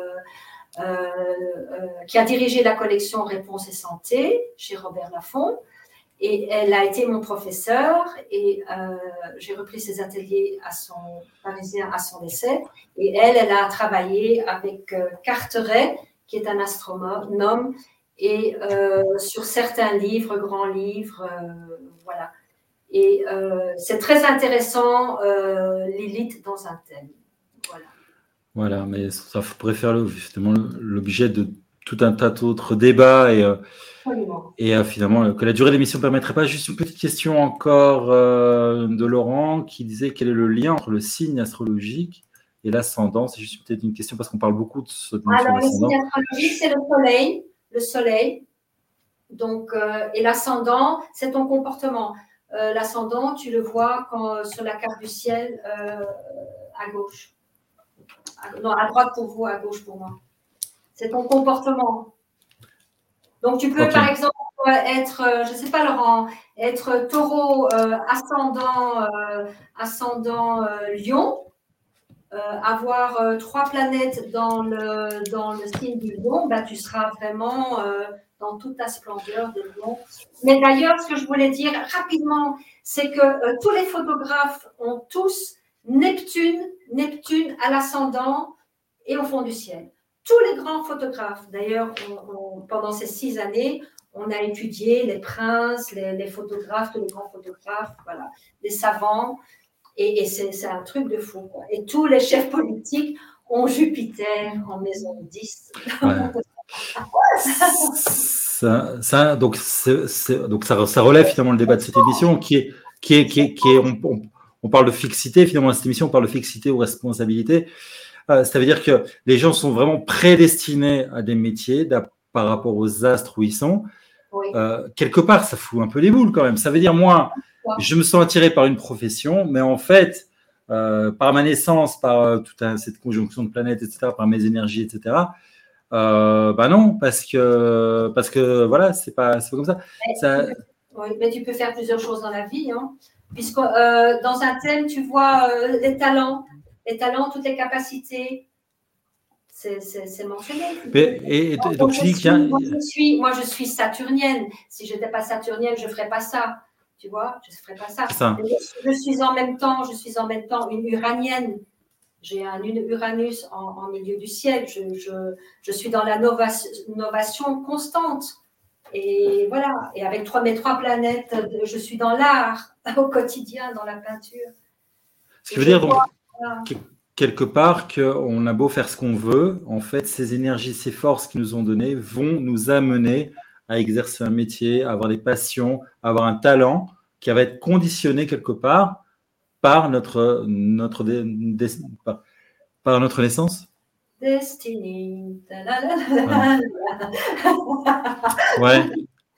qui a dirigé la collection Réponses et Santé chez Robert Laffont. Et elle a été mon professeure et j'ai repris ses ateliers parisiens à son décès. Et elle a travaillé avec Carteret, qui est un astronome, et sur certains livres, grands livres, voilà. Et c'est très intéressant, Lilith dans un thème. Voilà. Voilà, mais ça pourrait faire justement l'objet de tout un tas d'autres débats et finalement que la durée de l'émission ne permettrait pas. Juste une petite question encore de Laurent qui disait quel est le lien entre le signe astrologique et l'ascendant. C'est juste peut-être une question parce qu'on parle beaucoup de ce nom sur l'ascendant. Le signe astrologique, c'est le soleil. Donc, et l'ascendant, c'est ton comportement. L'ascendant, tu le vois sur la carte du ciel à gauche. Non, à droite pour vous, à gauche pour moi. C'est ton comportement. Donc, tu peux, par exemple, être, je ne sais pas, Laurent, être taureau, ascendant lion, avoir 3 planètes dans le signe du lion, ben, tu seras vraiment dans toute ta splendeur de lion. Mais d'ailleurs, ce que je voulais dire rapidement, c'est que tous les photographes ont tous Neptune à l'ascendant et au fond du ciel. Tous les grands photographes, d'ailleurs, pendant ces 6 années, on a étudié les princes, les photographes, tous les grands photographes, voilà, les savants, et c'est un truc de fou, quoi. Et tous les chefs politiques ont Jupiter en maison 10. Ouais. Donc ça relève finalement le débat de cette émission on parle de fixité, finalement, dans cette émission, on parle de fixité ou responsabilité. Ça veut dire que les gens sont vraiment prédestinés à des métiers par rapport aux astres où ils sont. Oui. Quelque part, ça fout un peu les boules quand même. Ça veut dire, moi, je me sens attiré par une profession, mais en fait, par ma naissance, par toute cette conjonction de planètes, etc., par mes énergies, etc., non, parce que voilà, c'est pas comme ça. Oui, mais tu peux faire plusieurs choses dans la vie, hein. Puisque dans un thème, tu vois les talents, toutes les capacités, c'est mentionné. Donc tu dis qu'il moi, je suis saturnienne. Si je n'étais pas saturnienne, je ne ferais pas ça. Tu vois, je ne ferais pas ça. Je suis en même temps une uranienne. J'ai un Uranus en milieu du ciel. Je suis dans la novation constante. Et voilà. Et avec mes 3 planètes, je suis dans l'art au quotidien, dans la peinture. Ce qui veut dire donc, quelque part qu'on a beau faire ce qu'on veut, en fait, ces énergies, ces forces qu'ils nous ont données vont nous amener à exercer un métier, à avoir des passions, à avoir un talent qui va être conditionné quelque part par notre naissance. Destiny. Ouais.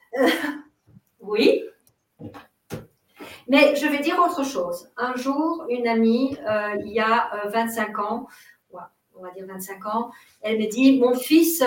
Oui. Mais je vais dire autre chose. Un jour, une amie, il y a 25 ans, on va dire 25 ans, elle me dit, mon fils,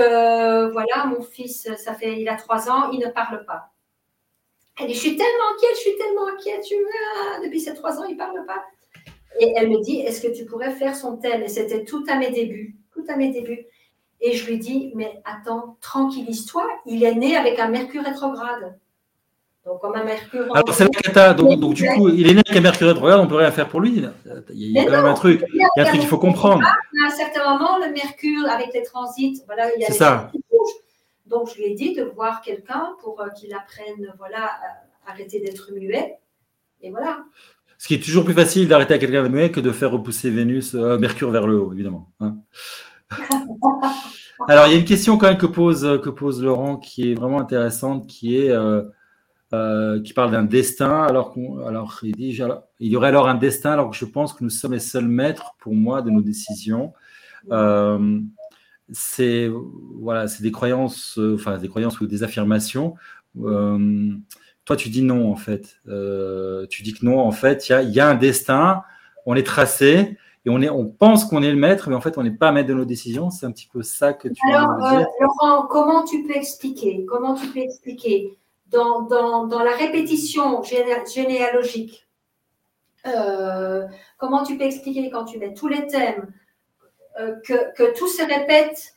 il a 3 ans, il ne parle pas. Elle dit, je suis tellement inquiète, depuis ces 3 ans, il ne parle pas. Et elle me dit, est-ce que tu pourrais faire son thème? Et c'était tout à mes débuts. tout à mes débuts. Et je lui dis, mais attends, tranquillise-toi, il est né avec un Mercure rétrograde. Donc, comme un Mercure en Alors, c'est la cata. Donc, du coup, il est né avec un Mercure rétrograde, on ne peut rien faire pour lui. Il y a quand même un truc. Il y a un truc qu'il faut comprendre. À un certain moment, le Mercure, avec les transits, voilà, il y a c'est les ça. qui bougent. Donc, je lui ai dit de voir quelqu'un pour qu'il apprenne, voilà, à arrêter d'être muet. Et voilà. Ce qui est toujours plus facile d'arrêter à quelqu'un de muet que de faire repousser Mercure vers le haut, évidemment. Hein. Alors, il y a une question quand même que pose Laurent qui est vraiment intéressante, qui parle d'un destin. Alors il dit, il y aurait alors un destin, alors que je pense que nous sommes les seuls maîtres, pour moi, de nos décisions. C'est des croyances, des croyances ou des affirmations. Toi, tu dis non, en fait. Tu dis que non, en fait, il y a un destin, on est tracé, et on pense qu'on est le maître, mais en fait, on n'est pas maître de nos décisions. C'est un petit peu ça que tu Alors, veux dire. Laurent, comment tu peux expliquer dans la répétition généalogique, comment tu peux expliquer quand tu mets tous les thèmes, que tout se répète,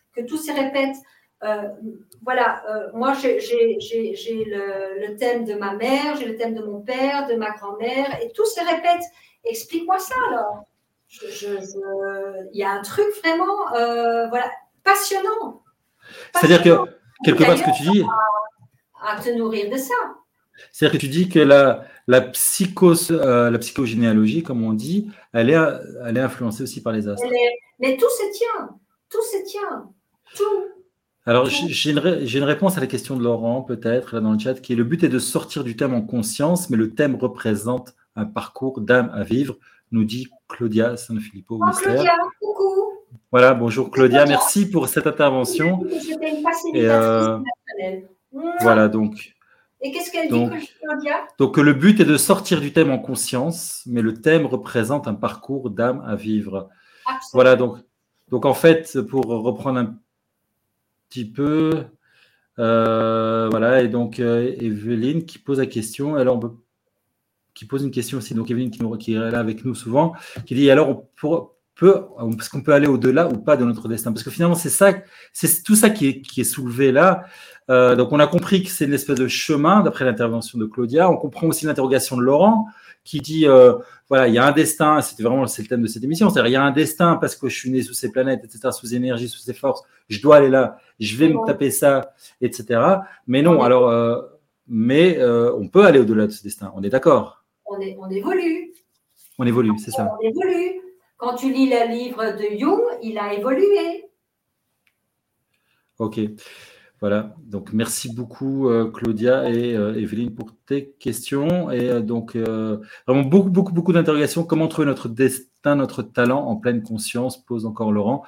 voilà, moi j'ai le thème de ma mère, j'ai le thème de mon père, de ma grand-mère, et tout se répète. Explique-moi ça alors. Il y a un truc vraiment passionnant. C'est-à-dire que, quelque part, ce que tu dis… À te nourrir de ça. C'est-à-dire que tu dis que la psychogénéalogie, comme on dit, elle est influencée aussi par les astres. Mais tout se tient. Tout. Alors, j'ai une réponse à la question de Laurent, peut-être, là dans le chat, qui est: le but est de sortir du thème en conscience, mais le thème représente un parcours d'âme à vivre, nous dit Claudia Sanfilippo-Whistler. Claudia, coucou. Voilà, bonjour Claudia, merci pour cette intervention. C'était une facilitatrice personnelle. Voilà, donc. Et qu'est-ce qu'elle dit, Claudia? Donc, le but est de sortir du thème en conscience, mais le thème représente un parcours d'âme à vivre. Absolument. Voilà, donc en fait, pour reprendre un petit peu, voilà, et donc Evelyne qui pose la question, alors qui pose une question aussi, donc Evelyne qui est là avec nous souvent, qui dit: alors est-ce qu'on peut aller au-delà ou pas de notre destin? Parce que finalement, c'est tout ça qui est soulevé là. Donc, on a compris que c'est une espèce de chemin, d'après l'intervention de Claudia. On comprend aussi l'interrogation de Laurent, qui dit, voilà, il y a un destin, c'est le thème de cette émission, c'est-à-dire il y a un destin parce que je suis né sous ces planètes, etc., sous ces énergies, sous ces forces, je dois aller là, je vais me taper ça, etc. Mais non, alors, on peut aller au-delà de ce destin, on est d'accord? On évolue. On évolue, c'est ça. On évolue. Quand tu lis le livre de Jung, il a évolué. Ok. Voilà, donc merci beaucoup Claudia et Evelyne pour tes questions. Et donc, vraiment beaucoup d'interrogations. Comment trouver notre destin, notre talent en pleine conscience, pose encore Laurent.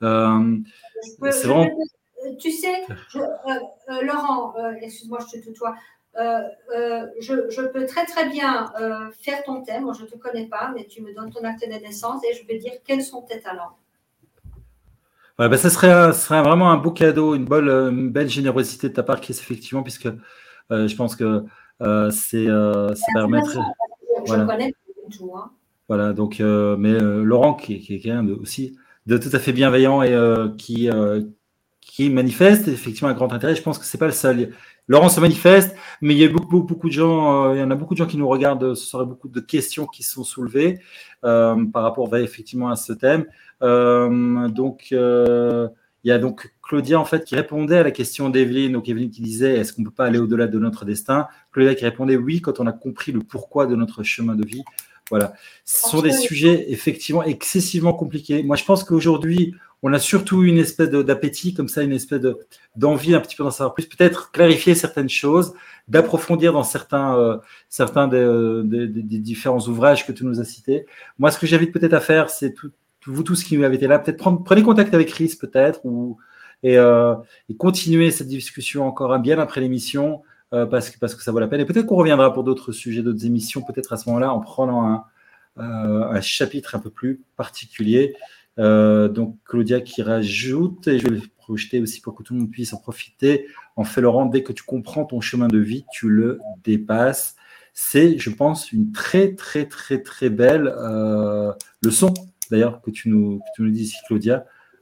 Tu sais, Laurent, excuse-moi, je te tutoie. Je peux très très bien faire ton thème. Moi, je ne te connais pas, mais tu me donnes ton acte de naissance et je vais dire quels sont tes talents. Ouais, ça serait vraiment un beau cadeau, une belle générosité de ta part, effectivement, puisque je pense que ça permettrait. Je connais pas du tout. Hein. Voilà, donc, mais Laurent, qui est quelqu'un aussi de tout à fait bienveillant et qui manifeste effectivement un grand intérêt, je pense que c'est pas le seul. Laurent se manifeste, mais il y a beaucoup de gens, il y en a beaucoup de gens qui nous regardent. Ce serait beaucoup de questions qui sont soulevées par rapport effectivement à ce thème. Donc, il y a donc Claudia en fait qui répondait à la question d'Evelyne. Donc Evelyne qui disait: est-ce qu'on peut pas aller au-delà de notre destin? Claudia qui répondait: oui, quand on a compris le pourquoi de notre chemin de vie. Voilà, ce sont des sujets effectivement excessivement compliqués. Moi, je pense qu'aujourd'hui, on a surtout une espèce d'appétit, comme ça, une espèce d'envie un petit peu d'en savoir plus, peut-être clarifier certaines choses, d'approfondir dans certains des différents ouvrages que tu nous as cités. Moi, ce que j'invite peut-être à faire, c'est vous tous qui avez été là, peut-être prenez contact avec Chris, peut-être, et continuer cette discussion encore bien après l'émission. Parce que ça vaut la peine. Et peut-être qu'on reviendra pour d'autres sujets, d'autres émissions, peut-être à ce moment-là, en prenant un chapitre un peu plus particulier. Donc, Claudia qui rajoute, et je vais le projeter aussi pour que tout le monde puisse en profiter: en fait, Laurent, dès que tu comprends ton chemin de vie, tu le dépasses. C'est, je pense, une très, très, très, très belle leçon, d'ailleurs, que tu nous dis ici, Claudia.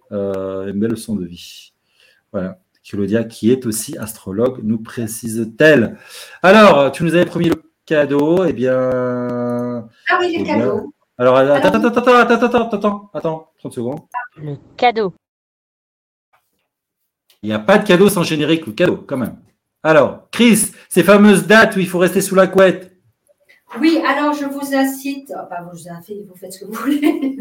une belle leçon de vie. Voilà. Claudia, qui est aussi astrologue, nous précise-t-elle. Alors, tu nous avais promis le cadeau, eh bien. Ah oui, les cadeaux. Alors, attends, 30 secondes. Le cadeau. Il n'y a pas de cadeau sans générique ou cadeau, quand même. Alors, Chris, ces fameuses dates où il faut rester sous la couette. Oui, alors je vous incite, vous faites ce que vous voulez.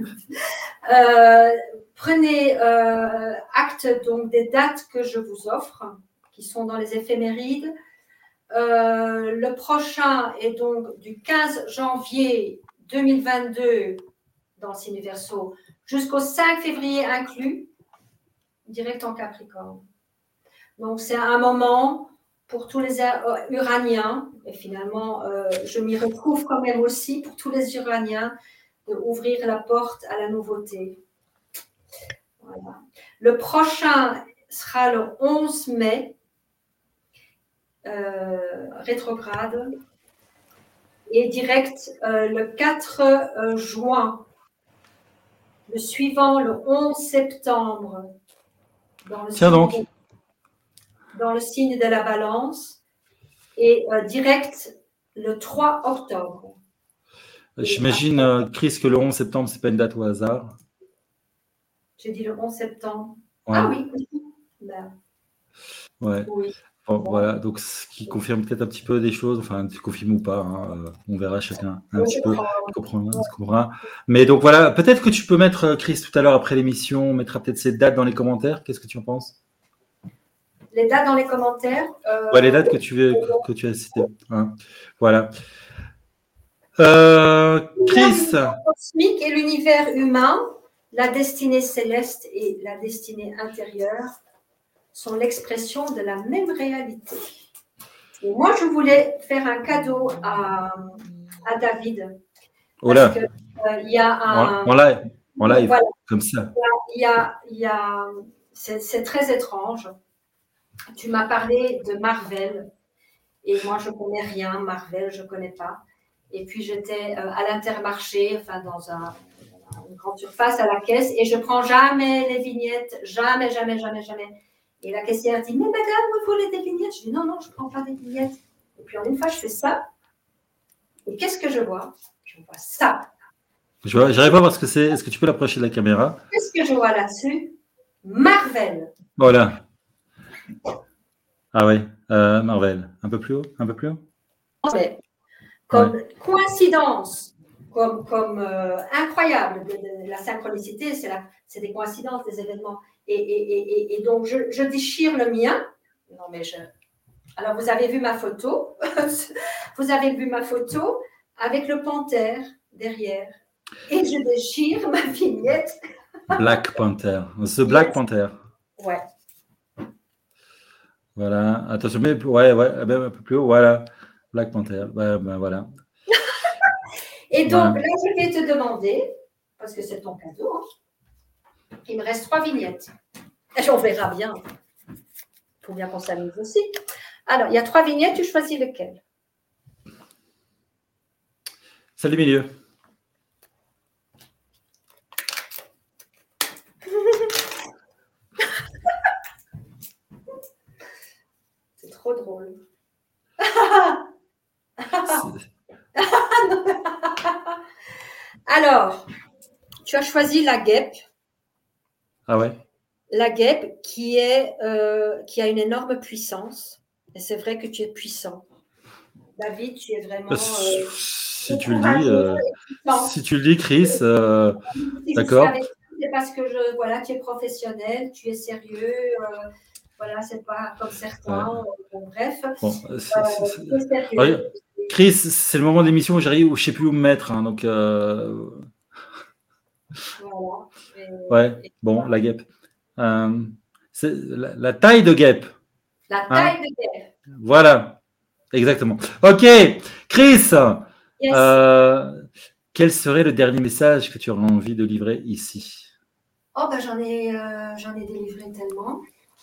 Prenez acte donc des dates que je vous offre, qui sont dans les éphémérides. Le prochain est donc du 15 janvier 2022 dans le signe Verseau jusqu'au 5 février inclus, direct en Capricorne. Donc c'est un moment pour tous les Uraniens, et finalement je m'y retrouve quand même aussi, pour tous les Uraniens, d'ouvrir la porte à la nouveauté. Voilà. Le prochain sera le 11 mai, rétrograde, et direct le 4 juin. Le suivant, le 11 septembre, dans le signe de la Balance, et direct le 3 octobre. J'imagine, Chris, que le 11 septembre, ce n'est pas une date au hasard. J'ai dit le 11 septembre. Ouais. Ah oui. Ben, ouais. Oui. Bon, voilà, donc ce qui confirme peut-être un petit peu des choses, enfin, tu confirmes ou pas, hein, on verra chacun un petit peu, comprendra. Mais donc voilà, peut-être que tu peux mettre, Chris, tout à l'heure après l'émission, on mettra peut-être ces dates dans les commentaires, qu'est-ce que tu en penses? Les dates dans les commentaires. Ouais, les dates que tu as citées. Hein. Voilà. Chris. L'univers cosmique et l'univers humain, la destinée céleste et la destinée intérieure sont l'expression de la même réalité. Et moi, je voulais faire un cadeau à David. Oh là. Parce que, y a un... En live, voilà, comme ça. C'est très étrange. Tu m'as parlé de Marvel. Et moi, je ne connais rien. Marvel, je ne connais pas. Et puis, j'étais à l'Intermarché, enfin, dans une grande surface à la caisse, et je ne prends jamais les vignettes. Jamais. Et la caissière dit, mais madame, vous voulez des vignettes? Je dis, non, je ne prends pas des vignettes. Et puis, une fois, je fais ça. Et qu'est-ce que je vois? Je vois ça. J'arrive pas à voir ce que c'est. Est-ce que tu peux l'approcher de la caméra? Qu'est-ce que je vois là-dessus? Marvel. Voilà. Ah ouais, Marvel. Un peu plus haut? Ouais. Comme coïncidence, comme incroyable, la synchronicité, c'est des coïncidences, des événements. Et donc, je déchire le mien. Non, mais Alors, vous avez vu ma photo. Vous avez vu ma photo avec le panthère derrière. Et je déchire ma vignette. Black Panther. The Black Panther. Ouais. Voilà. Attention, mais ouais, un peu plus haut. Voilà. Black Panther. Voilà. Et donc, là, je vais te demander, parce que c'est ton cadeau, hein, il me reste 3 vignettes. Et on verra bien. Il faut bien qu'on s'amuse aussi. Alors, il y a 3 vignettes, tu choisis lequel? Celle du milieu. C'est trop drôle. Alors, tu as choisi la guêpe. Ah ouais? La guêpe qui a une énorme puissance. Et c'est vrai que tu es puissant. David, tu es vraiment... si tu le dis, Chris, d'accord. C'est parce que tu es professionnel, tu es sérieux, voilà, c'est pas comme certains. Bref. Bon, sérieux. Chris, c'est le moment de l'émission où j'arrive, où je ne sais plus où me mettre. Hein, donc, voilà. Ouais, bon, la guêpe. C'est la taille de guêpe. La taille de guêpe. Voilà, exactement. Ok, Chris, yes. Quel serait le dernier message que tu aurais envie de livrer ici? Oh, ben j'en ai délivré tellement.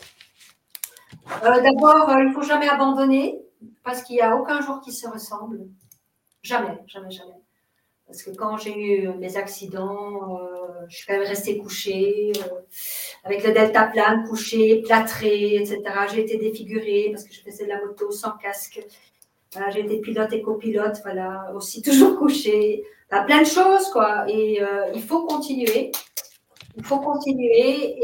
D'abord, il ne faut jamais abandonner parce qu'il n'y a aucun jour qui se ressemble. Jamais. Parce que quand j'ai eu mes accidents, je suis quand même restée couchée, avec le deltaplane couchée, plâtrée, etc. J'ai été défigurée parce que je faisais de la moto sans casque. Voilà, j'ai été pilote et copilote, voilà, aussi toujours couchée. Enfin, plein de choses, quoi. Et il faut continuer. Il faut continuer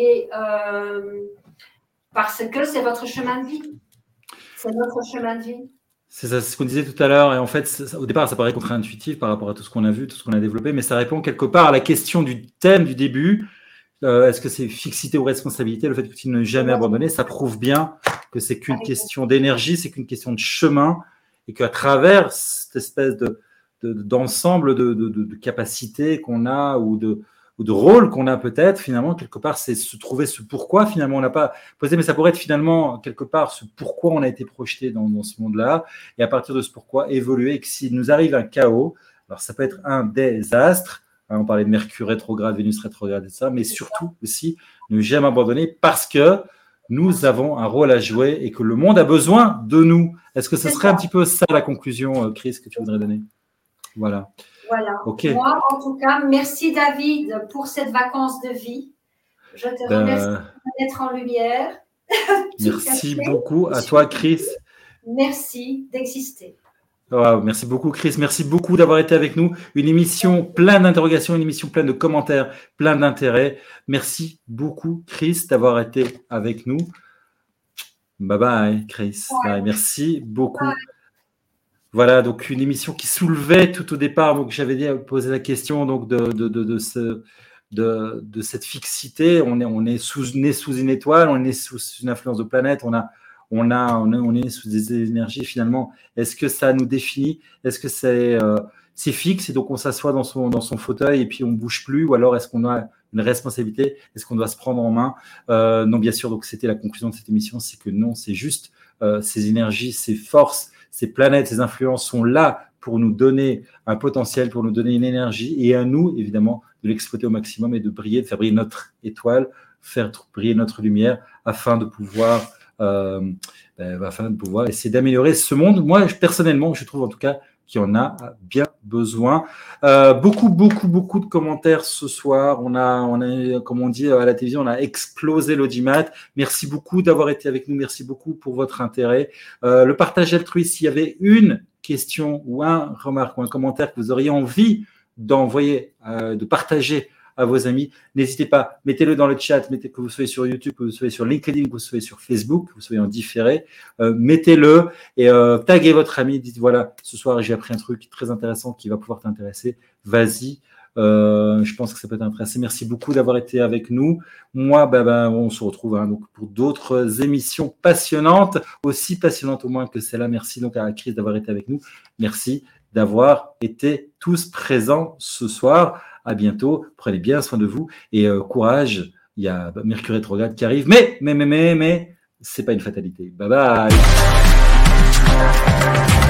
parce que c'est votre chemin de vie. C'est notre chemin de vie. C'est ça, c'est ce qu'on disait tout à l'heure. Et en fait, au départ, ça paraît contre-intuitif par rapport à tout ce qu'on a vu, tout ce qu'on a développé, mais ça répond quelque part à la question du thème du début. Est-ce que c'est fixité ou responsabilité? Le fait que tu ne jamais abandonné, ça prouve bien que c'est qu'une question d'énergie, c'est qu'une question de chemin, et qu'à travers cette espèce d'ensemble de capacités qu'on a ou de rôle qu'on a peut-être, finalement, quelque part, c'est se trouver ce pourquoi, finalement, on n'a pas posé, mais ça pourrait être finalement, quelque part, ce pourquoi on a été projeté dans ce monde-là, et à partir de ce pourquoi, évoluer, et que s'il nous arrive un chaos, alors ça peut être un désastre, on parlait de Mercure rétrograde, Vénus rétrograde et ça, mais surtout aussi ne jamais abandonner parce que nous avons un rôle à jouer et que le monde a besoin de nous. Est-ce que ce serait un petit peu ça la conclusion, Chris, que tu voudrais donner? Voilà. Voilà. Okay. Moi, en tout cas, merci David pour cette vacance de vie. Je te remercie de mettre en lumière. Merci beaucoup à toi, Chris. Merci d'exister. Wow, merci beaucoup, Chris. Merci beaucoup d'avoir été avec nous. Une émission pleine d'interrogations, une émission pleine de commentaires, plein d'intérêt. Merci beaucoup, Chris, d'avoir été avec nous. Bye bye, Chris. Ouais. Bye. Merci beaucoup. Bye. Voilà, donc une émission qui soulevait tout au départ. Donc j'avais posé la question donc de cette fixité. On est sous une étoile, on est sous une influence de planète. On est sous des énergies finalement. Est-ce que ça nous définit? Est-ce que c'est fixe et donc on s'assoit dans son fauteuil et puis on bouge plus? Ou alors est-ce qu'on a une responsabilité? Est-ce qu'on doit se prendre en main? Non, bien sûr. Donc c'était la conclusion de cette émission, c'est que non, c'est juste ces énergies, ces forces, ces planètes, ces influences sont là pour nous donner un potentiel, pour nous donner une énergie et à nous évidemment de l'exploiter au maximum et de briller, de faire briller notre étoile, faire briller notre lumière afin de pouvoir essayer d'améliorer ce monde. Moi, personnellement, je trouve en tout cas qu'il y en a bien besoin. Beaucoup de commentaires ce soir. On a, comme on dit à la télévision, on a explosé l'audimat. Merci beaucoup d'avoir été avec nous. Merci beaucoup pour votre intérêt. Le partage altruiste, s'il y avait une question ou un remarque ou un commentaire que vous auriez envie d'envoyer, de partager à vos amis, n'hésitez pas, mettez-le dans le chat, que vous soyez sur YouTube, que vous soyez sur LinkedIn, que vous soyez sur Facebook, que vous soyez en différé, mettez-le et taguez votre ami, dites voilà, ce soir j'ai appris un truc très intéressant qui va pouvoir t'intéresser, vas-y, je pense que ça peut t'intéresser. Merci beaucoup d'avoir été avec nous. Moi, on se retrouve donc pour d'autres émissions passionnantes, aussi passionnantes au moins que celle-là. Merci donc à Chris d'avoir été avec nous. Merci d'avoir été tous présents ce soir. À bientôt, prenez bien soin de vous et courage, il y a Mercure rétrograde qui arrive, mais c'est pas une fatalité. Bye bye.